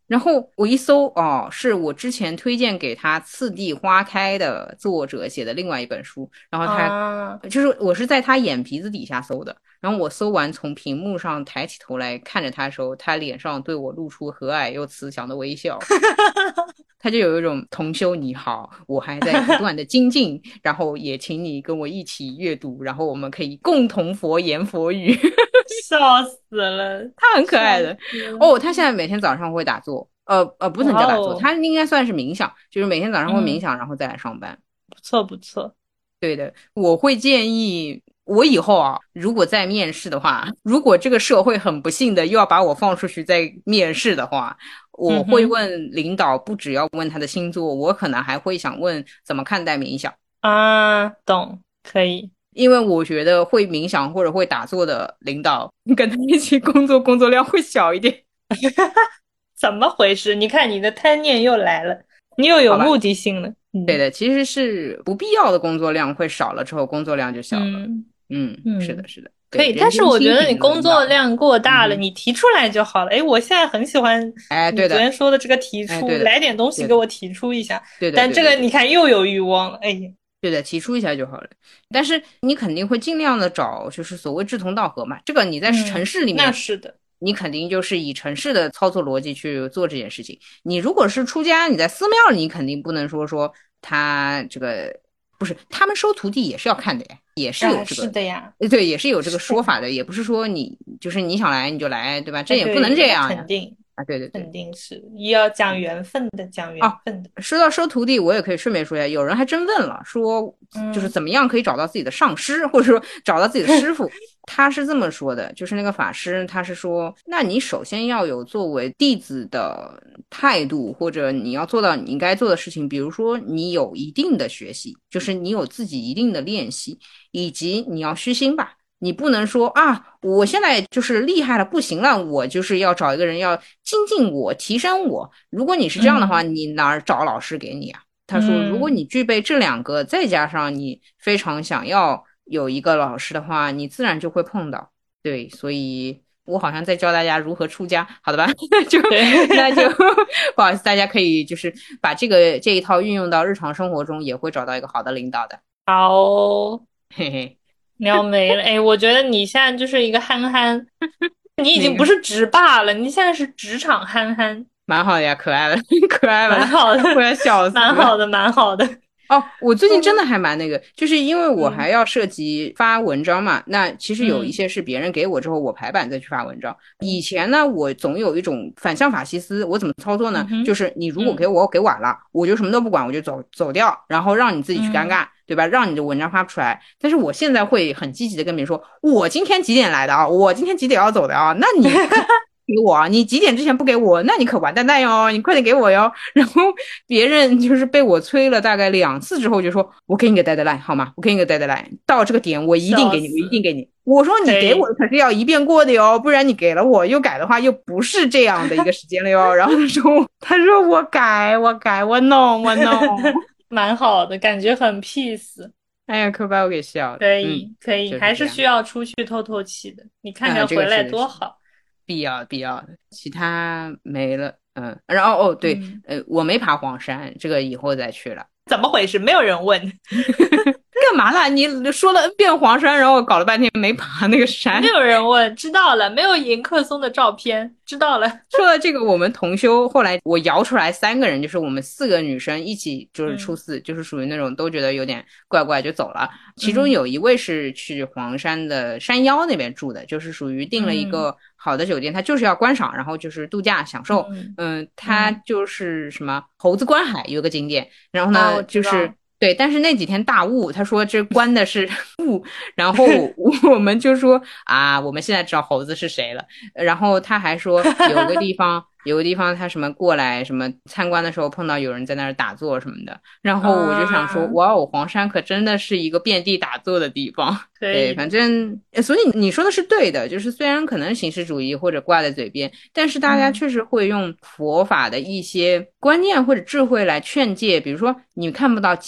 然后我一搜，哦，是我之前推荐给他《次第花开》的作者写的另外一本书，然后他啊， 就是我是在他眼皮子底下搜的，然后我搜完从屏幕上抬起头来看着他的时候，他脸上对我露出和蔼又慈祥的微笑。他就有一种同修你好，我还在不断的精进，然后也请你跟我一起阅读，然后我们可以共同佛言佛语。 笑死了， 他很可爱笑的死了， 哦。他现在每天早上会打坐，不能叫打坐， 哇哦， 他应该算是冥想，就是每天早上会冥嗯， 想，然后再来上班。 不错不错， 对的，我会建议我以后啊，如果在面试的话，如果这个社会很不幸的又要把我放出去再面试的话，我会嗯哼， 问领导，不只要问他的星座，我可能还会想问怎么看待冥想， 啊，懂，可以， 因为我觉得会冥想或者会打坐的领导，跟他一起工作，工作量会小一点， 怎么回事？你看你的贪念又来了，你又有好吧？ 目的性了，嗯对的，其实是不必要的工作量会少了之后，工作量就小了。 嗯是的， 嗯。 是的，对， 可以，但人间是我觉得你清醒的工作领导。 量过大了， 嗯哼， 你提出来就好了。哎，我现在很喜欢哎， 你昨对的， 天说的这个提哎， 出， 对的， 来点东西对的， 给我提出一下。 对的， 但对的， 这个你看又有欲望了，哎呀， 对的，提出一下就好了。但是你肯定会尽量的找，就是所谓志同道合嘛。这个你在城嗯，那市里面， 是的， 你肯定就是以城市的操作逻辑去做这件事情。你如果是出家，你在寺庙里，你肯定不能说他这个不是他们收徒弟也是要看的呀，也是有啊， 这个， 是的呀， 对，也是有这个是的呀， 说法的，也不是说你就是你想来你就来，对吧？这哎， 也不能对，那这样呀。 肯定啊，对对对。 肯定是要讲缘分的，讲缘哦， 分的， 说到收徒弟，我也可以顺便说一下，有人还真问了，说就是嗯怎么样可以找到自己的上师，或者说找到自己的师傅。他是这么说的，就是那个法师，他是说，那你首先要有作为弟子的态度，或者你要做到你应该做的事情，比如说你有一定的学习，就是你有自己一定的练习，以及你要虚心吧。你不能说啊，我现在就是厉害了，不行了，我就是要找一个人要精进我、提升我。如果你是这样的话， 嗯你哪儿找老师给你啊？他说，如果嗯， 你具备这两个，再加上你非常想要有一个老师的话，你自然就会碰到。对，所以我好像在教大家如何出家，好的吧？就对， 那就不好意思，大家可以就是把这一套运用到日常生活中，也会找到一个好的领导的。 好， 嘿嘿， 撩没了。哎，我觉得你现在就是一个憨憨，你已经不那个是职霸了，你现在是职场憨憨。 蛮好的呀，可爱了，可爱了， 蛮好的， 我要笑死了。 蛮好的，蛮好的。 哦，我最近真的嗯还蛮那个，就是因为我还嗯要涉及发文章嘛，那其实有一嗯些是别人给我之后，我排版再去发文章。以前呢，我总有一种反向法西斯，我怎么操作呢？就嗯哼是你如果嗯给晚了，我就什么都不管，我就走掉，然后让你自己去尴嗯尬，对吧？让你的文章发不出来。但是我现在会很积极的跟别人说，我今天几点来的啊？我今天几点要走的啊？那你给我啊，你几点之前不给我，那你可完蛋蛋哟！你快点给我哟。然后别人就是被我催了大概2次之后，就说我给你个 deadline 好吗？我给你个 deadline，到这个点我一定给你，我一定笑死， 给你。我说你给我可以， 可是要一遍过的哟，不然你给了我又改的话，又不是这样的一个时间了哟。然后他说我改，我改，我弄，我弄。 蛮好的，感觉很 peace。 哎呀，可把我给笑了。 可以，可以， 就是这样。 还是需要出去透透气的。你看看这个回来是多好。 必要的，其他没了。然后对， 嗯， 我没爬黄山，这个以后再去了。 怎么回事？没有人问， 干嘛啦？你说了 N 遍黄山，然后搞了半天没爬那个山。 没有人问，知道了。没有迎客松的照片，知道了。 说了这个，我们同修后来我摇出来3个人，就是我们4个女生一起，就是初嗯四，就是属于那种都觉得有点怪怪就走了。其中嗯有一位是去黄山的山腰那边住的，就是属于订了一嗯个好的酒店，他就是要观赏，然后就是度假享受。 嗯他嗯就是什么猴子观海有个景点，然后啊， 呢我知就是道。 对，但是那几天大雾，他说这关的是雾，然后我们就说啊，我们现在知道猴子是谁了。然后他还说有个地方他什么过来什么参观的时候碰到有人在那儿打坐什么的，然后我就想说， 啊， 哇哦，黄山可真的是一个遍地打坐的地方。对， 可以的。 反正所以你说的是对的，就是虽然可能形式主义或者挂在嘴边，但是大家嗯确实会用佛法的一些观念或者智慧来劝诫，比如说你看不到景，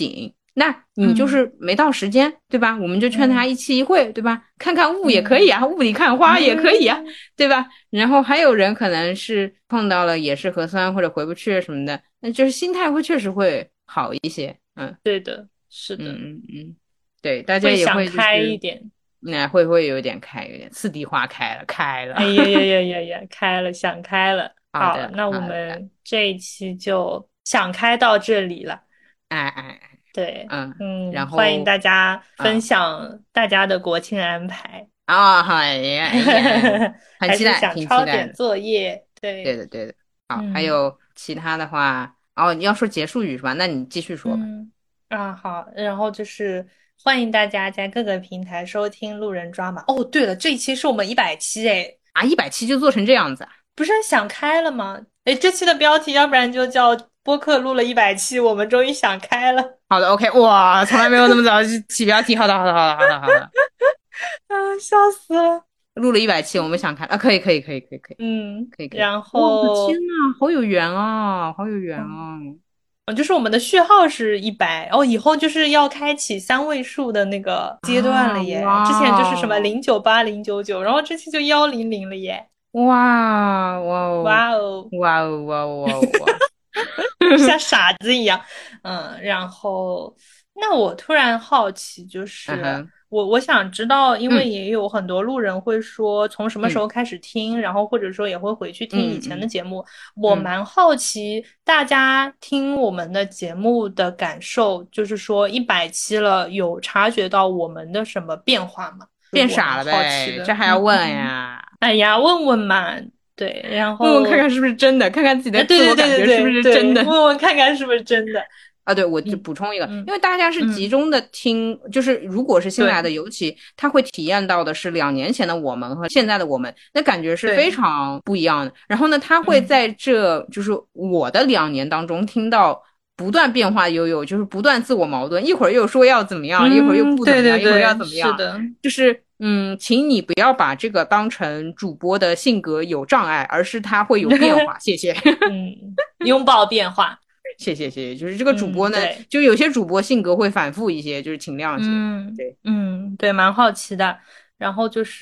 那你就是没到时间，对吧？我们就劝他一期一会，对吧？看看雾也可以啊，雾里看花也可以啊，对吧？然后还有人可能是碰到了也是核酸或者回不去什么的，那就是心态会确实会好一些。 对的，是的， 对，大家会想也会就开一是点。 那会有点开，有点次第花开了。 哎呀呀呀呀呀，开了，想开了。好， 好的， 那我好的， 们这一期就想开到这里了。 哎， 对， 然欢迎后大家分啊享大家的国庆安排， 哎呀，很还是期待， 想挺期抄点待的。 作业。对， 对的，对的。好，还嗯有其他的话，哦，你要说结束语是吧？那你继续说吧。 嗯好，然后就是欢迎大家在各个平台收听路人抓马。哦，对了，这一期是我们100期哎， 啊，170就做成这样子啊？ 不是想开了吗？哎，这期的标题要不然就叫播客录了100期，我们终于想开了。 好的，OK，哇，从来没有那么早就起标题。好的，好的，好的，好的，好的。 啊，笑死了。 录了170，我们想看啊，可以，可以，可以，可以，可以，可以，可以。 然哇，我的天后呐，好有缘啊，好有缘啊！ 就是我们的序号是100哦，以后就是要开启3位数的那个阶段了耶。之前就是什么哇 098、099，然后这期就100了耶。 哇哇哦哇哦， 哇哦哇哦哇哦哇！ 像傻子一样。然后那我突然好奇，就是嗯哼， 我想知道，因为嗯也有很多路人会说从什么时嗯候开始听，然后或者说也会回去听以前的嗯嗯节目。我嗯， 蛮好奇大家听我们的节目的感受，就是说100期了，有察觉到我们的什么变化吗？我蛮变傻了呗，这好奇的。 还要问呀？ 哎呀，问问嘛，对，然问问看后， 看是不是真的，看看自己的对自我对对对感觉是不对对， 是真的。 问问看看是不是真的。 啊，对，我就嗯补充一个，因嗯为大家是集嗯， 中的听，就是如果是新来对的，尤其他会体验到的是2年前的我们和现在的我们，那感觉是非对， 常不一样的。然后呢，他会嗯在这就是我的2年当中听到不断变化的悠悠，就是不断自我矛盾，一会儿又说要怎么样，一会儿又不怎对么样，一会儿要对对， 怎么样， 是的， 就是请你不要把这个当成主播的性格有障碍，而是他会有变化。谢谢。 拥抱变化。 谢谢，就是这个主播呢， 对， 就有些主播性格会反复一些，就是请谅解。对， 对，蛮好奇的。然后就是，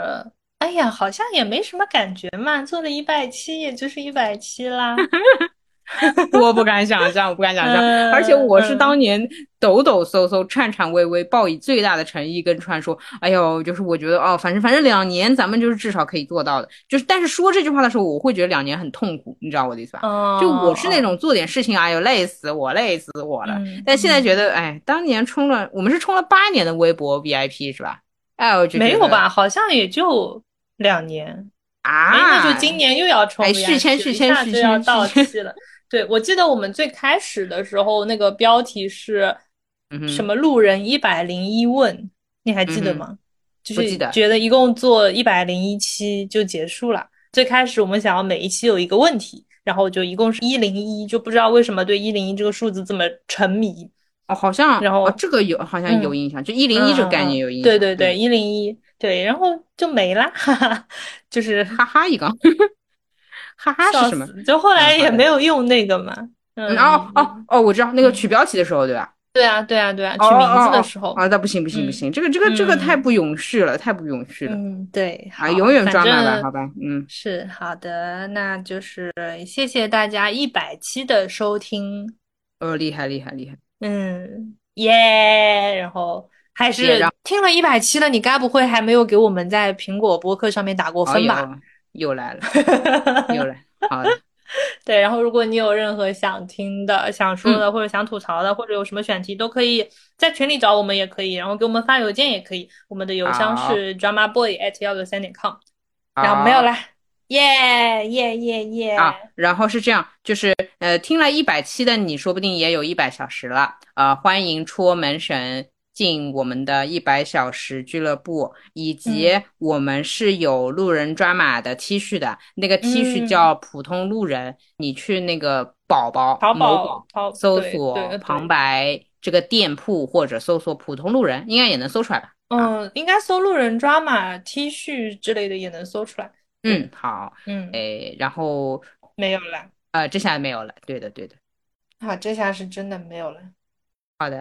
哎呀，好像也没什么感觉嘛，做了100期，也就是100期啦。 我不敢想象，我不敢想象，而且我是当嗯嗯年抖抖嗖嗖、颤颤巍巍，抱以最大的诚意跟川说，哎呦，就是我觉得哦，反正2年咱们就是至少可以做到的，就是但是说这句话的时候，我会觉得2年很痛苦，你知道我的意思吧？ 哦就我是那哦， 种做点事情，哎呦累死我了，但现在嗯， 觉得，哎，当年我们是充了8年的微博 VIP 是吧？哎，我就觉得没有吧？好像也就2年。哎，那就今啊， 年又要哎， 冲续签 VIP 了， 续一下签续签就要到续签， 期了。对，我记得我们最开始的时候，那个标题是嗯哼什么“路人101问”，你还嗯哼， 记得吗？就是不记得。 觉得一共做101期就结束了。最开始我们想要每一期有一个问题，然后就一共是101，就不知道为什么对101这个数字这么沉迷。 哦，好像哦， 然后， 这个好像有嗯印象，就101这个概念有印象。 对对对， 对的， 101，对，然后就没啦，哈哈，就是哈哈一个，哈哈是什么？ 笑死，就后来好的， 也没有用那个嘛。 我知道那个取标题的时候，对吧？ 对啊，对啊，对啊， 哦取名字的哦哦哦， 时候， 啊，那不行不行不嗯行，这个太嗯不永续了，太不永续了对， 啊！永好， 远反抓马吧，好正吧， 是好的，那就是谢谢大家100期的收听， 厉害厉害厉害， 耶，然后还也让是听了100期了，你该不会还没有给我们在苹果播客上面打过分吧？ 又来了又来，好的， 对，然后如果你有任何想听的、想说嗯， 的，或者想吐槽的，或者有什么选题，都可以在群里找我们，也可以，然后给我们发邮件也可以。我们的邮箱好是 dramaboy@163.com。然后没有好。 啦，耶耶耶啊， 耶， 然后是这样，就是听了170的你，说不定也有100小时了。欢迎戳门神进我们的100小时俱乐部，以及嗯我们是有路人抓马的 T 恤的，那个 T 恤嗯， 叫普通路人，你去那个宝宝淘某宝宝搜对索旁对对， 白这个店铺，或者搜索普通路人，应该也能搜出来吧？啊， 应该搜路人抓马 T 恤之类的也能搜出来。对， 好， 嗯， 然后没有啦， 这下没有了，对的对的， 好，这下是真的没有了。 好的。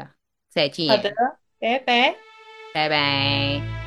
再好的， 见， 拜拜。 拜拜。